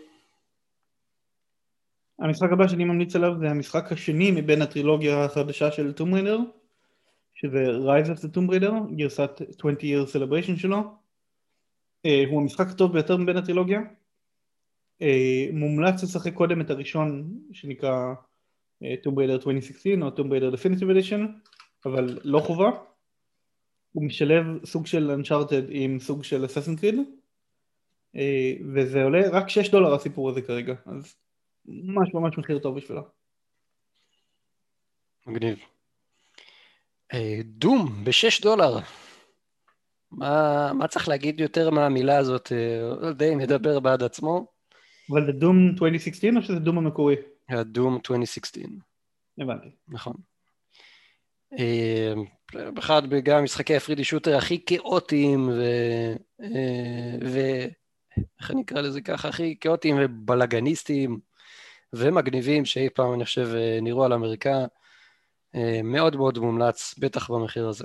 המשחק הבא שאני ממליץ עליו זה המשחק השני מבין הטרילוגיה החדשה של Tomb Raider, שזה Rise of the Tomb Raider, גרסת עשרים year celebration שלו. Uh, הוא המשחק הטוב ביותר מבין הטרילוגיה. Uh, מומלץ לשחק קודם את הראשון שנקרא uh, Tomb Raider עשרים שש עשרה או Tomb Raider Definitive Edition, אבל לא חובה. הוא משלב סוג של Uncharted עם סוג של Assassin's Creed, uh, וזה עולה רק שש דולר הסיפור הזה כרגע, אז ממש ממש מחיר טוב בשבילו. מגניב. דום ב-שש דולר. מה, מה צריך להגיד יותר מהמילה הזאת? די מדבר בעד עצמו. אבל זה דום עשרים שש עשרה או שזה דום המקורי? הדום עשרים שש עשרה. הבנתי. נכון. באחד גם משחקי הפרידי שוטר הכי כאוטיים ו... ו... איך אני אקרא לזה ככה? הכי כאוטיים ובלגניסטיים ומגניבים שאי פעם אני חושב נראו על אמריקה. מאוד מאוד מומלץ, בטח במחיר הזה.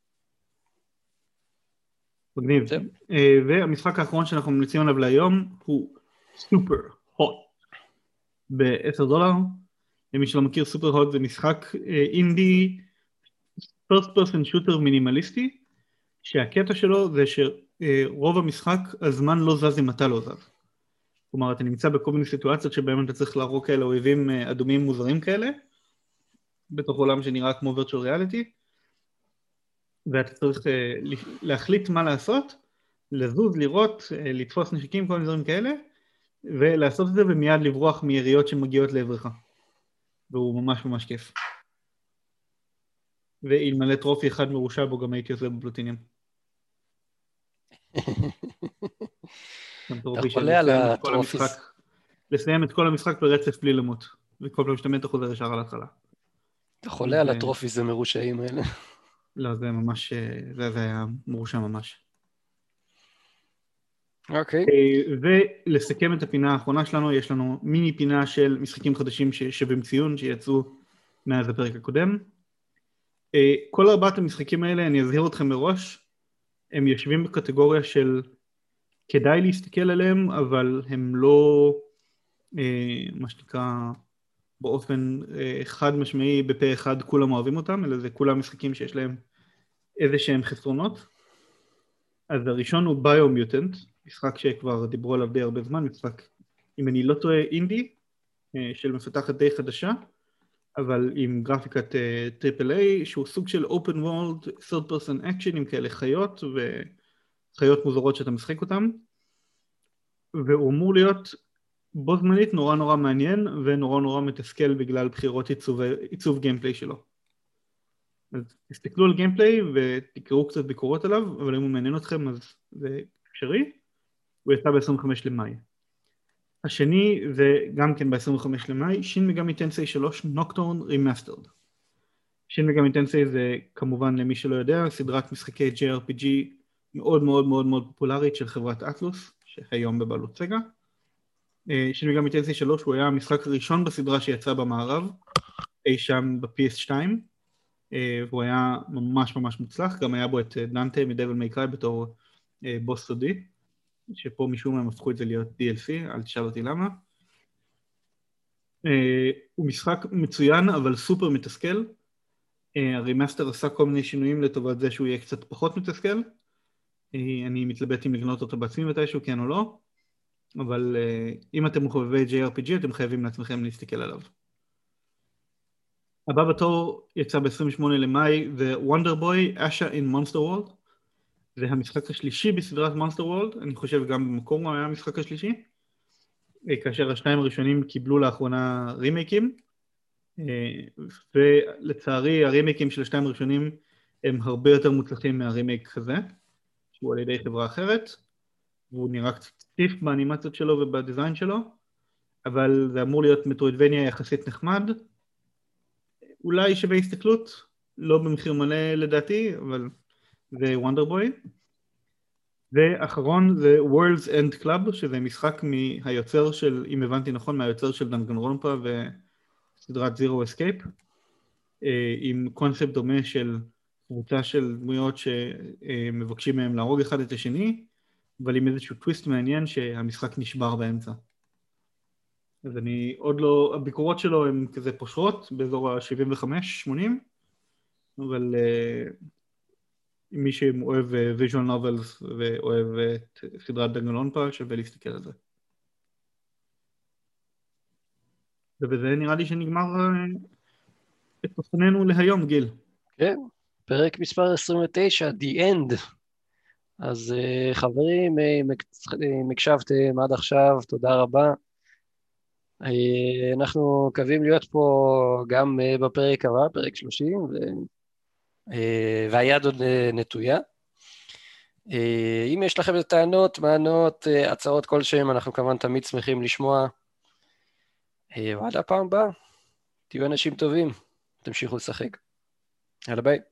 מגניב. והמשחק האחרון שאנחנו ממליצים עליו להיום הוא סופר הוט ב-עשרה דולר. למי שלא מכיר, סופר הוט זה משחק אינדי first person shooter מינימליסטי, שהקטע שלו זה שרוב המשחק הזמן לא זז אם אתה לא זז. כלומר, אתה נמצא בכל מיני סיטואציות שבהם אתה צריך להרוג כאלה אויבים אדומים מוזרים כאלה, בתוך עולם שנראה כמו virtual reality, ואתה צריך להחליט מה לעשות, לזוז, לראות, לתפוס נשקים, כל מיני דברים כאלה, ולעשות את זה ומיד לברוח מיריות שמגיעות לעברך. והוא ממש ממש כיף. ואלמלא טרופי אחד מרושע בו גם הייתי עושה בפלוטינים. אתה חולה על הטרופיס. לסיים את כל המשחק ברצף בלי למות, וכל פעם שאתה מת אתה חוזר ישר על ההתחלה. אתה חולה על הטרופיס, זה מרושעים האלה. לא, זה ממש, זה היה מרושע ממש. אוקיי. ולסכם את הפינה האחרונה שלנו, יש לנו מיני פינה של משחקים חדשים ששווים ציון, שיצאו מאז הפרק הקודם. כל ארבעת המשחקים האלה, אני אזהיר אתכם מראש, הם יושבים בקטגוריה של כדאי להסתכל עליהם, אבל הם לא, מה שנקרא, באופן חד משמעי בפה אחד כולם אוהבים אותם, אלא זה כולם משחקים שיש להם איזה שהם חסרונות. אז הראשון הוא ביומיוטנט, משחק שכבר דיברו עליו די הרבה זמן, משחק, אם אני לא טועה, אינדי, של מפתחת די חדשה, אבל עם גרפיקת טריפל איי, שהוא סוג של open world, third person action, עם כאלה חיות וחיות מוזרות שאתה משחק אותם, והוא אמור להיות בו זמנית נורא נורא מעניין ונורא נורא מתסכל בגלל בחירות עיצוב, עיצוב גיימפליי שלו. אז תסתכלו על גיימפליי ותקראו קצת ביקורות עליו, אבל אם הוא מעניין אתכם אז זה אפשרי. הוא יצא ב-עשרים וחמישה למאי. השני זה גם כן ב-עשרים וחמישה למאי, שין מגמי טנסי שלוש נוקטורן רימאסטרד. שין מגמי טנסי זה כמובן למי שלא יודע, סדרת משחקי ג'יי אר פי ג'י מאוד מאוד מאוד מאוד פופולרית של חברת אטלוס, שהיום בבעלות סגה. שין מגמי טנסי שלוש הוא היה המשחק הראשון בסדרה שיצא במערב, אי שם ב-פי אס שתיים, והוא היה ממש ממש מוצלח, גם היה בו את דנטה מדבל מיי קריי בתור בוס סודי, שפה משום מה הם הפכו את זה להיות די אל סי, אל תשאל אותי למה. הוא משחק מצוין אבל סופר מתסכל, הרימאסטר עשה כל מיני שינויים לטובת זה שהוא יהיה קצת פחות מתסכל, אני מתלבט אם לגנות אותו בעצמי מתישהו כן או לא, אבל אם אתם מחובבי ג'יי אר פי ג'י אתם חייבים לעצמכם להסתכל עליו. הבא בתור יצא ב-עשרים ושמונה למאי, זה Wonder Boy Asha in Monster World, זה המשחק השלישי בסדרת Monster World, אני חושב גם במקור הוא היה המשחק השלישי, כאשר השניים הראשונים קיבלו לאחרונה רימייקים, ולצערי הרימייקים של השניים הראשונים הם הרבה יותר מוצלחים מהרימייק הזה, שהוא על ידי חברה אחרת, והוא נראה קצת טיף באנימציות שלו ובדיזיין שלו, אבל זה אמור להיות מטרוידבניה יחסית נחמד, אולי שווה הסתכלות, לא במחיר מלא לדעתי, אבל זה וונדר בוי. ואחרון זה World's End Club, שזה משחק מהיוצר של, אם הבנתי נכון, מהיוצר של דנגנרונפה וסדרת Zero Escape, עם קונספט דומה של קבוצה של דמויות שמבקשים מהם להרוג אחד את השני, אבל עם איזשהו טוויסט מעניין שהמשחק נשבר באמצע. אז אני עוד לא, הביקורות שלו הן כזה פושרות, באזור ה-שבעים וחמש שמונים, אבל uh, מי שאוהב ויז'ואל נובלס ואוהב את סדרת דנגנרונפה, שווה להסתכל על זה. ובזה נראה לי שנגמר uh, את תוכננו להיום, גיל. כן, פרק מספר עשרים ותשע, The End. אז uh, חברים, אם הקשבתם עד עכשיו, תודה רבה. אנחנו מקווים להיות פה גם בפרק הבא, פרק שלושים, ו... והיד עוד נטויה. אם יש לכם טענות, מענות, הצעות כלשהם, אנחנו כמובן תמיד שמחים לשמוע. ועד הפעם הבאה, תהיו אנשים טובים, תמשיכו לשחק. יאללה ביי.